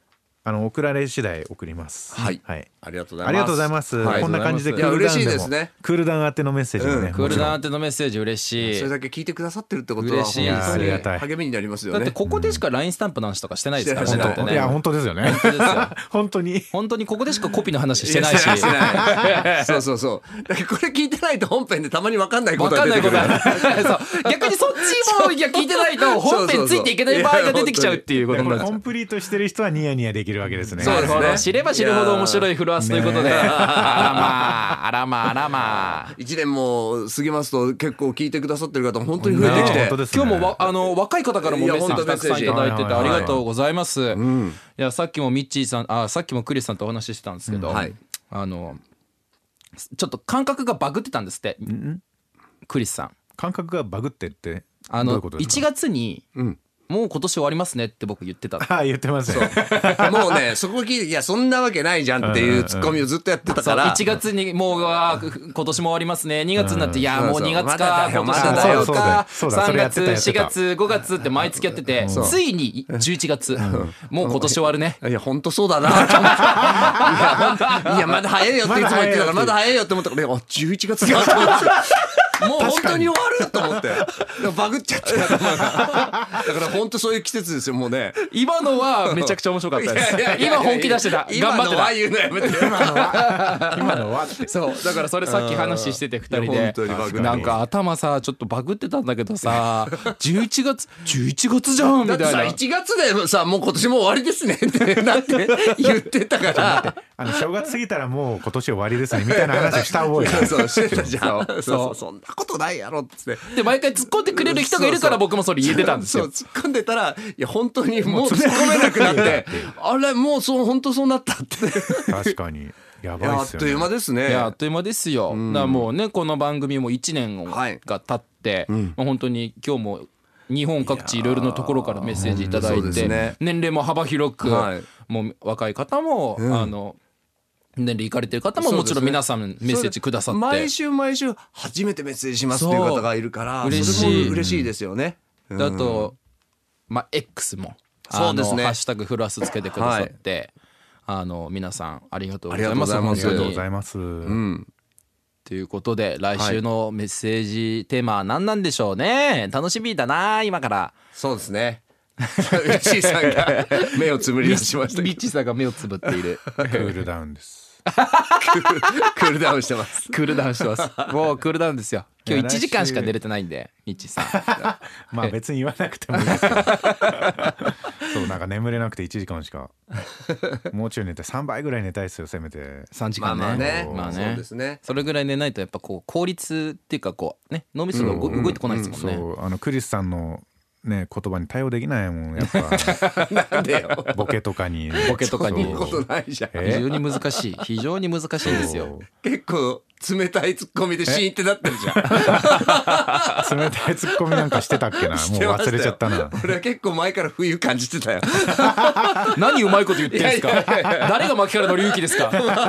あの送られ次第送ります。 はい、 はい、 ありがとうございます。 ありがとうございます、はい、こんな感じでクールダウンでも嬉しいですね。 クールダウン宛てのメッセージもね、 うん、クールダウン宛てのメッセージ嬉しい。 それだけ聞いてくださってるってことは嬉しいです。 ありがたい。 励みになりますよね。 だってここでしか ライン スタンプの話とかしてないですからね。だってね。 いや本当ですよね。本当ですよ。本当に本当にここでしかコピーの話してないし。 そうそうそう。だからこれ聞いてないと本編でたまに分かんないことが出てくる。 そう逆にそっちもいや聞いてないと本編ついていけない場合が出てきちゃうっていうことになっちゃう。 コンプリートしてる人はニヤニヤできるわけですね。 そうですね。知れば知るほど面白いフロアスということで、あらまああらまああらまあ一年も過ぎますと結構聞いてくださってる方も本当に増えてきて、 今日もわあの若い方からもメッセージたくさんいただいててありがとうございます。いやさっきもミッチーさんあさっきもクリスさんとお話ししてたんですけど、うんはい、あのちょっと感覚がバグってたんですって、うん、クリスさん感覚がバグってってあのいちがつに、うんもう今年終わりますねって僕言ってた。 ああ言ってますよ。 もうねそこ聞いていやそんなわけないじゃんっていうツッコミをずっとやってたから、 いちがつにもう今年も終わりますねにがつになっていやもうにがつか今年だよかさんがつしがつごがつって毎月やっててついにじゅういちがつもう今年終わるね。 いや本当そうだなと思っていやいやまだ早いよっていつも言ってたからまだ早いよって思ったからじゅういちがつだと思ってもう本当に終わると思ってバグっちゃってだから本当そういう季節ですよもうね。 今のはめちゃくちゃ面白かったです。いやいやいや今本気出してた頑張ってた。今のは言うのやめて今のは今のはってそうだからそれさっき話しててふたりでなんか頭さちょっとバグってたんだけどさじゅういちがつじゅういちがつじゃんみたいな。だってさいちがつでさもう今年も終わりですねってなって言ってたからあの正月過ぎたらもう今年終わりですねみたいな話をした覚えがそうしてたじゃん。そうそうそんなことないやろっつってで毎回突っ込んでくれる人がいるから僕もそれ言えてたんですよ。 そう突っ込んでたらいや本当にもう突っ込めなくなってあれもうそう本当そうなったって確かにやばいっすよね。 あっという間ですね。 いやあっという間ですよ、うん、だからもうねこの番組もいちねんが経って、はいまあ、本当に今日も日本各地いろいろなところからメッセージいただいて、ね、年齢も幅広く、はい、もう若い方も、うん、あの年齢いかれてる方ももちろん皆さんメッセージくださって、 毎週毎週初めてメッセージしますっていう方がいるから嬉しい、それも嬉しいですよね。 あと、まあ、X もそうですねハッシュタグフルアスつけてくださって、はい、あの皆さんありがとうございます。 ありがとうございます。 うんということで来週のメッセージテーマは何なんでしょうね。楽しみだな今から。 そうですねミッチーさんが目をつぶり出しました。 ミッチーさんが目をつぶっているクールダウンですクールダウンしてますクールダウンしてますもうクールダウンですよ。今日いちじかんしか寝れてないんでミッチーさんまあ別に言わなくてもいいですけどそうなんか眠れなくていちじかんしかもうちょい寝てさんばいぐらい寝たいですよせめてさんじかんね。 まあまあね、 まあねそうですね。 それぐらい寝ないとやっぱこう効率っていうかこうね脳みそが動いてこないですもんね、 うんうん、そうあのクリスさんのね言葉に対応できないもんやっぱなんでよボケとかにボケとかにそんなことないじゃん。 非常に難しい非常に難しいんですよ。 結構冷たいツッコミでシーンってなってるじゃん冷たいツッコミなんかしてたっけなもう忘れちゃったな。 俺は結構前から冬感じてたよ何うまいこと言ってんですか。いやいやいや誰が牧原紀之ですか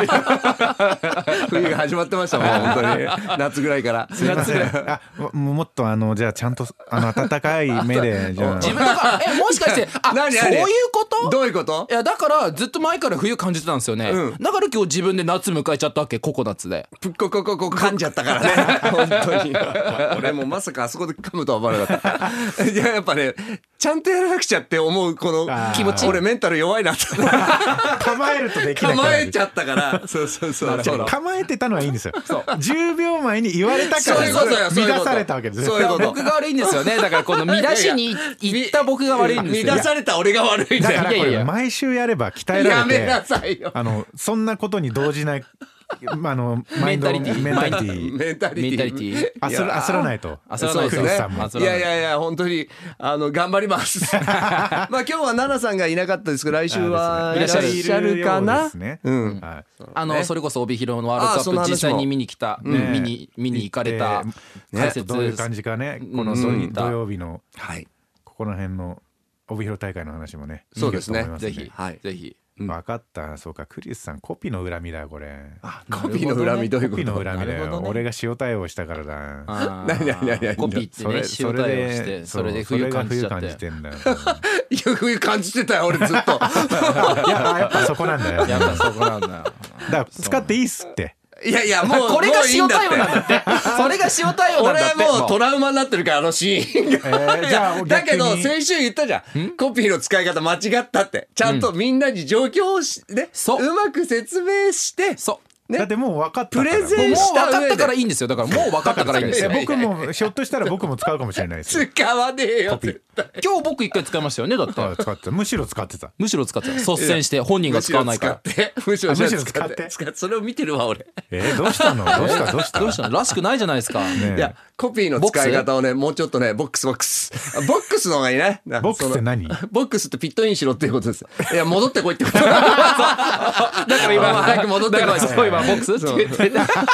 冬が始まってましたもん本当に夏ぐらいからすいませんあもっとあのじゃあちゃんとあの温かい目でじゃあ自分とかえもしかしてあ何そういうことどういうこと。 いやだからずっと前から冬感じてたんですよね、うん、だから今日自分で夏迎えちゃったわけココナッツでプッココココ噛んじゃったからね本当に俺もまさかあそこで噛むとは思わなかったいややっぱねちゃんとやらなくちゃって思うこの気持ち俺メンタル弱いなと構えるとできない構えちゃったからそうそうそう構えてたのはいいんですよ。じゅうびょうまえに言われたから乱されたわけです。 そういうこと僕が悪いんですよね。だからこの見出しに行った僕が悪いんですよ。 乱された俺が悪いんだよ。 だからこれ毎週やれば鍛えられてやめなさいよ。 あのそんなことに動じないあのメンタリティメンタリティメンタリティ焦ら焦らないと焦らないとね。いやいやいや本当にあの頑張りますまあ今日は奈々さんがいなかったですけど来週はいらっしゃるかな。 うんあのそれこそ帯広のワールドカップ実際に見に来た見に見に行かれた解説どういう感じかねこの土曜日のここら辺の帯広大会の話もねそうですねぜひぜひ分かった。そうか、クリスさんコピーの恨みだこれ。 あ、コピーの恨みどういうこと？ コピーの恨みだよ、ね、俺が塩対応したからだ。 何何何コピーってね、塩対応してそれで冬感じちゃって。 てんだよ。 いや冬感じてたよ俺ずっと。 いややっぱそこなんだよ。 やっぱそこなんだよ。 だから使っていいっすって。 いやいやもうこれが塩対応なんだって。それが塩対応なんだって。 俺はもうトラウマになってるからあのシーンが、えー、じゃあだけど先週言ったじゃん、コピーの使い方間違ったって。ちゃんとみんなに状況をし、ね、う, うまく説明して、 そうね、だってもう分かったから、 プレゼンした上でもう分かったからいいんですよ。だからもう分かったからいいんですよ。 僕もひょっとしたら僕も使うかもしれないですよ。 使わねえよ今日僕一回使いましたよね。だって使ってた。むしろ使ってた。 むしろ使ってた。率先して本人が使わないから。 むしろ使ってむしろ使って使ってそれを見てるわ俺。 えー、どうしたのどうしたどうしたどうしたのらしくないじゃないですか、 ね、いやコピーの使い方をねもうちょっとねボックスボックスボックスの方がいいね。 ボックスって何？ ボックスってピットインしろっていうことです。いや戻ってこいってことだから今早く戻ってこい。 そう今ボックスって言って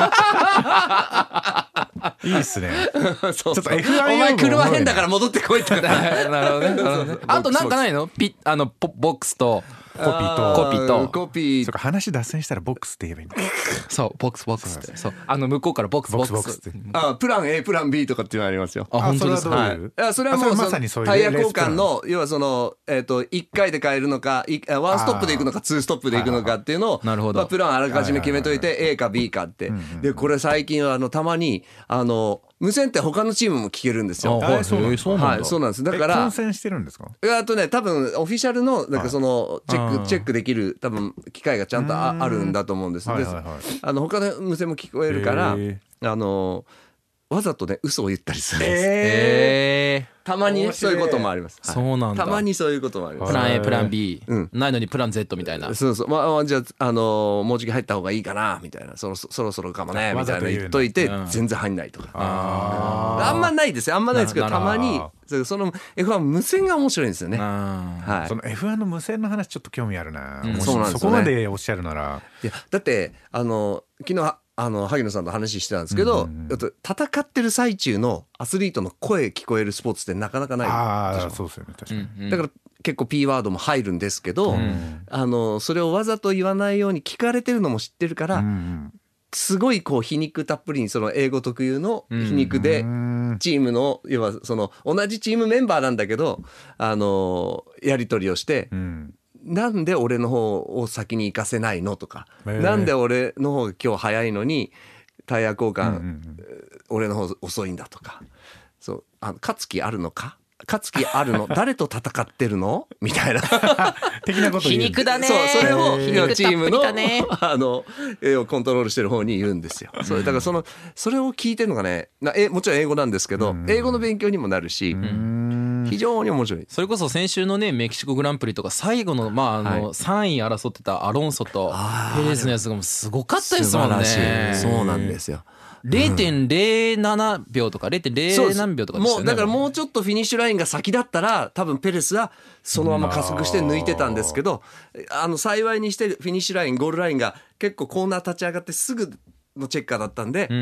いいっすね。 そうちょっと エフワン お前車変だから戻ってこいってなるほどね。なるほどね。 あとなんかないの？ピあのポボックスとコピーとコピーとコピー。 そうか話脱線したらボックスって言えばいいんだ。 そうボックスボックスってそうあの向こうからボックスボックスってあプラン A プラン B とかっていうのありますよ。 あ本当ですか。 はい。いやそれはもうまさにそういうタイヤ交換の要はそのえっといっかいで変えるのかワンストップで行くのかツーストップで行くのかっていうのをなるほど。 プランあらかじめ決めといて A か B かってでこれ最近はあのたまにあの無線って他のチームも聞けるんですよ。 はい、そうなんだ。 はい、そうなんです。だから混戦してるんですか？ あとね、多分オフィシャルのなんかそのチェックチェックできる多分機械がちゃんと あ, あるんだと思うんです。で、はいはいはい、あの他の無線も聞こえるからあのわざとね嘘を言ったりするんです。 えー、 たまに、ね、そういうこともあります。 はい、そうなんだ。 たまにそういうこともあります。 プラン A プラン B、うん、ないのにプラン Z みたいな。 そうそう。まあじゃああのもうじき入った方がいいかなみたいな。そろそろそろかもねみたいな言っといて、うん、全然入んないとか。ああんまないですよ。あんまないですけどたまにその エフワン 無線が面白いんですよね。 はい。その エフワン の無線の話ちょっと興味あるな。 うん、そうなんですよね。 そこまでおっしゃるなら。 いやだってあの昨日あの萩野さんと話してたんですけど、うんうんうん、戦ってる最中のアスリートの声聞こえるスポーツってなかなかないでしょ。 ああそうですよね確かに、 うんうん、だから結構 P ワードも入るんですけど、うん、あのそれをわざと言わないように聞かれてるのも知ってるから、うんうん、すごいこう皮肉たっぷりにその英語特有の皮肉でチームの要はその同じチームメンバーなんだけどあのやり取りをして、うんなんで俺の方を先に行かせないのとか、なんで俺の方が今日早いのにタイヤ交換、うんうんうん、俺の方遅いんだとか、そうあの勝つ気あるのか勝つ気あるの誰と戦ってるのみたいな的なこと言う。 皮肉だね。 そうそれをチームのあの絵をコントロールしてる方に言うんですよ。それだからそのそれを聞いてるのがねなえもちろん英語なんですけど、うん、英語の勉強にもなるし。うん非常に面白い。 それこそ先週のねメキシコグランプリとか最後のまああの、はい、さんい争ってたアロンソとペレスのやつがもうすごかったですもんね。 そうなんですよ。 れいてんれいななびょうとか れいてんれい 何秒とかでしたよね。 もうだからもうちょっとフィニッシュラインが先だったら多分ペレスはそのまま加速して抜いてたんですけど、あの幸いにしてフィニッシュラインゴールラインが結構コーナー立ち上がってすぐのチェッカーだったんで、うんうん、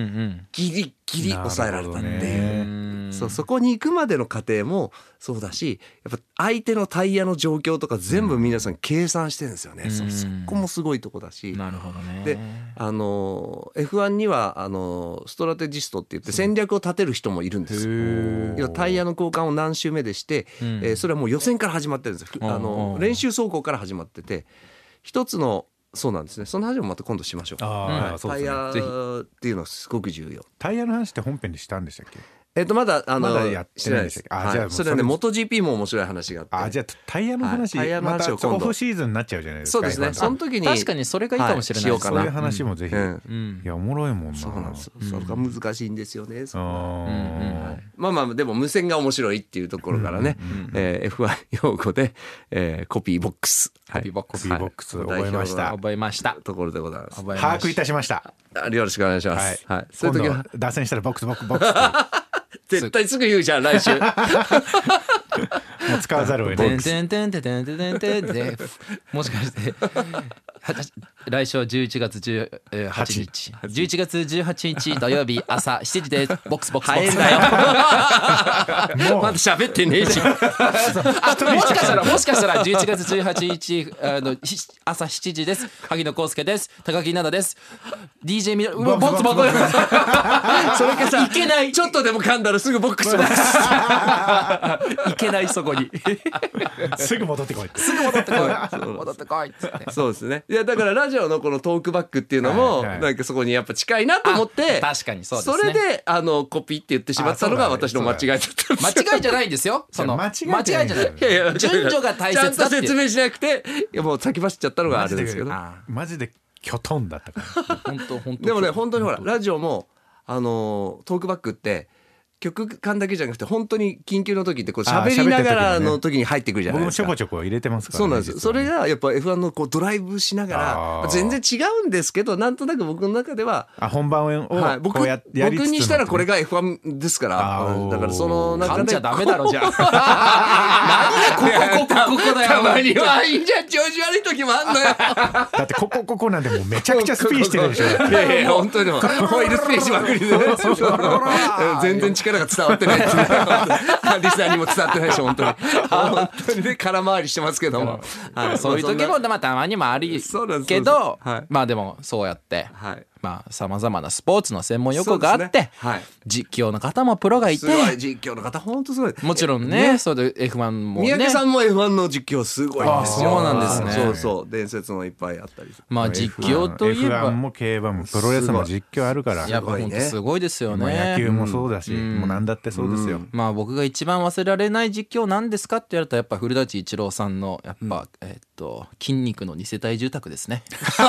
ギリギリ抑えられたっていう。そうそこに行くまでの過程もそうだしやっぱ相手のタイヤの状況とか全部皆さん計算してるんですよね。そ, そこもすごいとこだし。 なるほどね。 であの エフワン にはあのストラテジストって言って戦略を立てる人もいるんですよ。タイヤの交換を何周目でして、うんえー、それはもう予選から始まってるんですよ。あの練習走行から始まってて一つのそうなんですね。その話もまた今度しましょう。あ、うん、タイヤっていうのはすごく重要。 タイヤの話って本編でしたんでしたっけ？ えっとまだあのまだやってないです。あ、じゃあそれはね モトジーピー も面白い話があって。 あ、じゃあタイヤの話、はい、タイヤの話を今度またオフシーズンになっちゃうじゃないですか。 そうですね。その時に確かにそれがいいかもしれないです。 そういう話もぜひ。 うん、いやおもろいもんな。 そうなんです。それが難しいんですよね。そこは。まあまあでも無線が面白いっていうところからね、えー、エフワン 用語で、えー、コピーボックス、 コピーボックス、 コピーボックス覚えました。 覚えました。 ところでございます。 把握いたしました。 よろしくお願いします。 はい。はい、そういう時は脱線したらボックスボックスボックス。 絶対すぐ言うじゃん来週もう使わざるを得ない。 てんてんてんてんてんてんてんてんでもしかして来週はじゅういちがつじゅうはちにちじゅういちがつじゅうはちにち土曜日朝しちじです。ボックスボックスボックスだよまだ喋ってねえしあもしかしたらもしかしたらじゅういちがつじゅうはちにちあの朝しちじです。萩野公介です。高木奈々です。 ディージェー みうわボックスボックスそれかさいけないちょっとでも噛んだらすぐボックスボックスいけないそこにすぐ戻ってこいすぐ戻ってこい戻ってこいっつってそうですね。いやだからラジオのこのトークバックっていうのも、はいはい、なんかそこにやっぱ近いなと思って確かにそうですね。 それであのコピーって言ってしまったのが私の間違いだったんですよ。 間違いじゃないんですよ。その間違いじゃない。いやいや順序が大切だってちゃんと説明しなくていやもう先走っちゃったのがあるんですけどマジでキョトンだったから本当本当でもね本当にほらラジオもあのトークバックって曲間だけじゃなくて本当に緊急の時ってこう喋りながらの時に入ってくるじゃないですか。 僕もちょこちょこ入れてますからね。 そうなんですよ。それがやっぱ エフワン のこうドライブしながら全然違うんですけどなんとなく僕の中ではあ本番をこうやってやりつつ、 僕にしたらこれが エフワン ですからだからその中で噛んじゃダメだろじゃあ何がここここここだよ。 たまにはいいじゃん調子悪い時もあんのよだってここここなんでもうめちゃくちゃスピンしてるでしょ。いやいや本当にホイールスピンしまくりで全然力が伝わってないリスナーにも伝わってないし本当に本当にね空回りしてますけども、 はい、そういう時もまあたまにもあるけど、はい、まあでもそうやって、はい、まあさまざまなスポーツの専門用語があって、ねはい、実況の方もプロがいてすごい実況の方本当すごいもちろんね、ねそうで エフワン もね三宅さんも エフワン の実況すごいんですよ。 そうなんですね。 そうそう伝説もいっぱいあったりまあ実況といえばエフワン も競馬もプロレスも実況あるからやっぱ本当すごいですよね。 野球もそうだし、うん、もう何だってそうですよ、うん、 まあ僕が一番忘れられない実況なんですかって言われたらやっぱ古舘一郎さんのやっぱ、うん、えー、っと筋肉のに世帯住宅ですね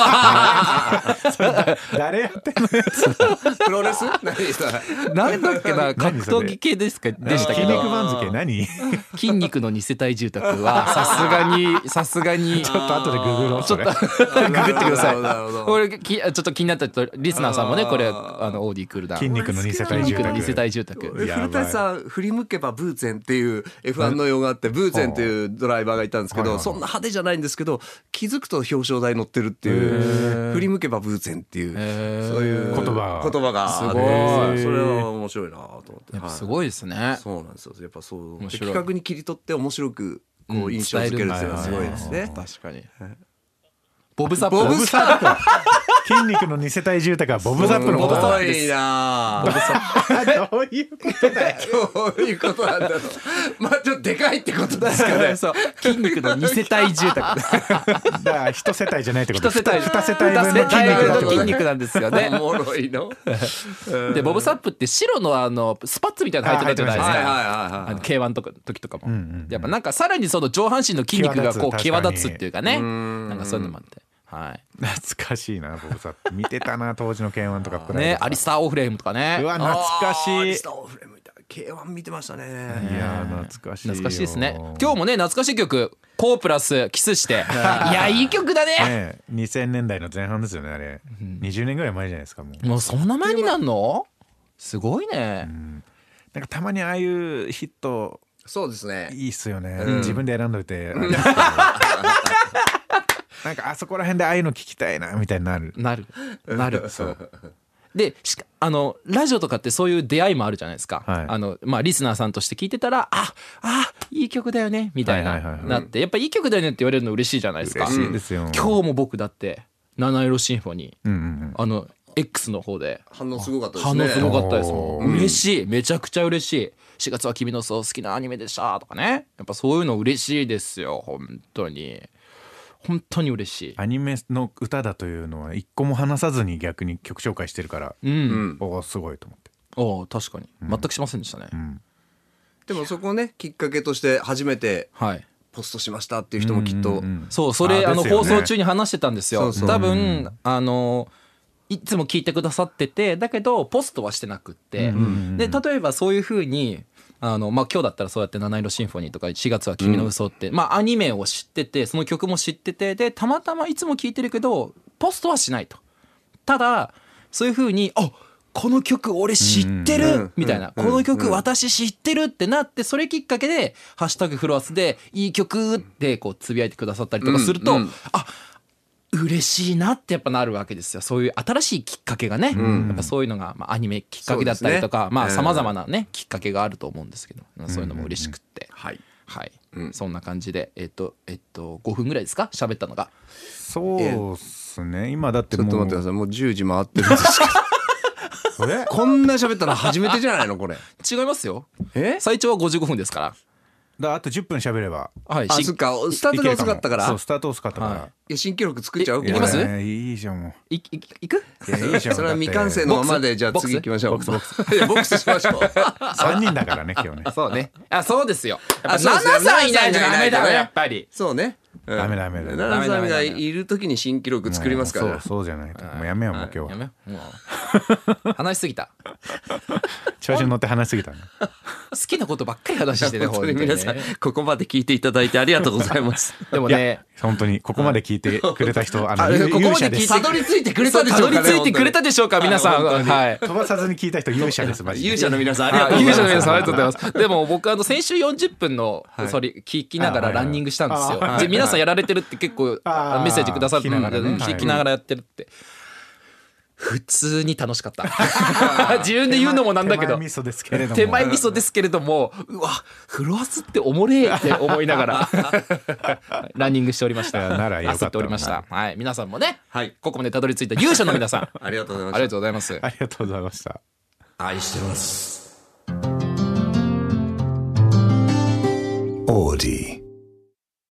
誰やってんのやつプロレス何だっけな格闘技系ですかでしたけど筋肉番付何筋肉のに世帯住宅はさすがにさすがにちょっと後でググろうちょっとググってください。俺きちょっと気になったリスナーさんもねこれあのオーディクールダウン筋肉のに世帯住宅筋肉のに世帯住宅古舘さん振り向けばブーツェンっていう エフワン の用があってブーツェンっていうドライバーがいたんですけどそんな派手じゃないんですけど気づくと表彰台乗ってるっていう振り向けばブーツェンっていうそういう言葉言葉がすごいそれは面白いなと思ってやっぱすごいですね、はい、 そうなんですよやっぱそう企画に切り取って面白くこう印象づけるっていうのはすごいですね、 うん、確かにボブサップボブサップ筋肉のに世帯住宅はボブサップのことだ。いいなボブサップどういうことだよどういうことなんだろうまあちょっとでかいってことですかねそう筋肉のに世帯住宅だから一世帯じゃないってこと一世帯二世帯分の筋肉だってこと筋肉なんですよねおもろいのでボブサップって白のあのスパッツみたいなの入ってたじゃないですか、 はいはいはい、 ケーワン とか時とかも、うんうん、やっぱなんかさらにその上半身の筋肉がこう際立つっていうかねなんかそういうのもあってはい、 懐かしいなボブサップ見てたな当時の ケーワン とかプライねアリスター・オーフレームとかねうわ懐かしいアリスター・オーフレームみたい ケーワン 見てましたねいや懐かしい懐かしいですね今日もね懐かしい曲コープラスキスしていやいい曲だ ね, ねにせんねんだいの前半ですよねあれ、うん、にじゅうねんぐらい前じゃないですかもうもうそんな前になんのすごいね、うん、 なんかたまにああいうヒットそうですねいいっすよね、うん、自分で選んどいてなんかあそこら辺でああいうの聞きたいなみたいになるなるなるそうでしかあのラジオとかってそういう出会いもあるじゃないですか、はいあのまあ、リスナーさんとして聞いてたらああいい曲だよねみたいな、はいはいはいはい、なってやっぱいい曲だよねって言われるの嬉しいじゃないですか。 嬉しいですよ。 今日も僕だって七色シンフォニー、うんうんうん、あの X の方で反応すごかったですね。 反応すごかったですもん。嬉しいめちゃくちゃ嬉しい。しがつは君のそう好きなアニメでしたとかねやっぱそういうの嬉しいですよ本当に本当に嬉しい。 アニメの歌だというのは一個も話さずに逆に曲紹介してるから、うん、おすごいと思って。 お確かに、うん、全くしませんでしたね、うん、 でもそこをねきっかけとして初めてポストしましたっていう人もきっと、 うんうんうん、そうそれあの放送中に話してたんですよ。そうそう多分、うん、あのいつも聞いてくださっててだけどポストはしてなくって、うんうんうん、で例えばそういう風にあのまあ、今日だったらそうやって七色シンフォニーとかしがつは君の嘘って、うんまあ、アニメを知っててその曲も知っててでたまたまいつも聴いてるけどポストはしないと。ただそういう風にあこの曲俺知ってるみたいな、この曲私知ってるってなって、それきっかけでハッシュタグフロアスでいい曲ってこうつぶやいてくださったりとかすると、あ、嬉しいなってやっぱなるわけですよ。そういう新しいきっかけがね、やっぱそういうのがまあアニメきっかけだったりとか、まあ様々なねきっかけがあると思うんですけど、そういうのも嬉しくって、はいはい、そんな感じでえっとえっとごふんぐらいですか喋ったのが。 そうっすね。今だってもうちょっと待ってください、もうじゅうじ回ってるんですけどこんな喋ったの初めてじゃないのこれ。 違いますよ。 え最長はごじゅうごふんですから。 だあとじゅっぷん喋れば、 はい、 あ、そっか、スタートが遅かったから。 そう、スタート遅かったから、はい、 いや新記録作っちゃう。 いきます？ いいじゃんもう。 いいいく？ いやいいじゃん。 それは未完成のままで、じゃあ次行きましょう。 ボックスボックス。 いやボックスしましょう。 三人だからね今日ね。 そうね。あ、そうですよ。 あ、そうですね。 ナナさんいないとダメだよやっぱり。 そうね。 ダメダメだ。 ナナさんがいる時に新記録作りますから。 そうそうじゃないと。もうやめようもう今日は。 やめよう。もう話しすぎた。 調子に乗って話しすぎたね。 好きなことばっかり話してね。 本当に皆さんここまで聞いていただいてありがとうございます。 でもね、 本当にここまで聞いてくれた人、あのここまで聞いてたどり着いてくれたでしょうか。たどり着いてくれたでしょうか皆さん。はい。 飛ばさずに聞いた人勇者ですマジで。 勇者の皆さんありがとうございます。 勇者の皆さんありがとうございます。でも僕あの先週よんじゅっぷんのそれ聞きながらランニングしたんですよ。で皆さんやられてるって結構メッセージくださってるので聞きながらやってるって。普通に楽しかった自分で言うのもなんだけど、 手前味噌ですけれども手前味噌ですけれども、うわフロアスっておもれえって思いながらランニングしておりました。 ならよかった。 焦っておりました。はい、皆さんもね、 はい、 ここまでたどり着いた勇者の皆さんありがとうございます。 ありがとうございます。 ありがとうございました。 愛してます。 オーディ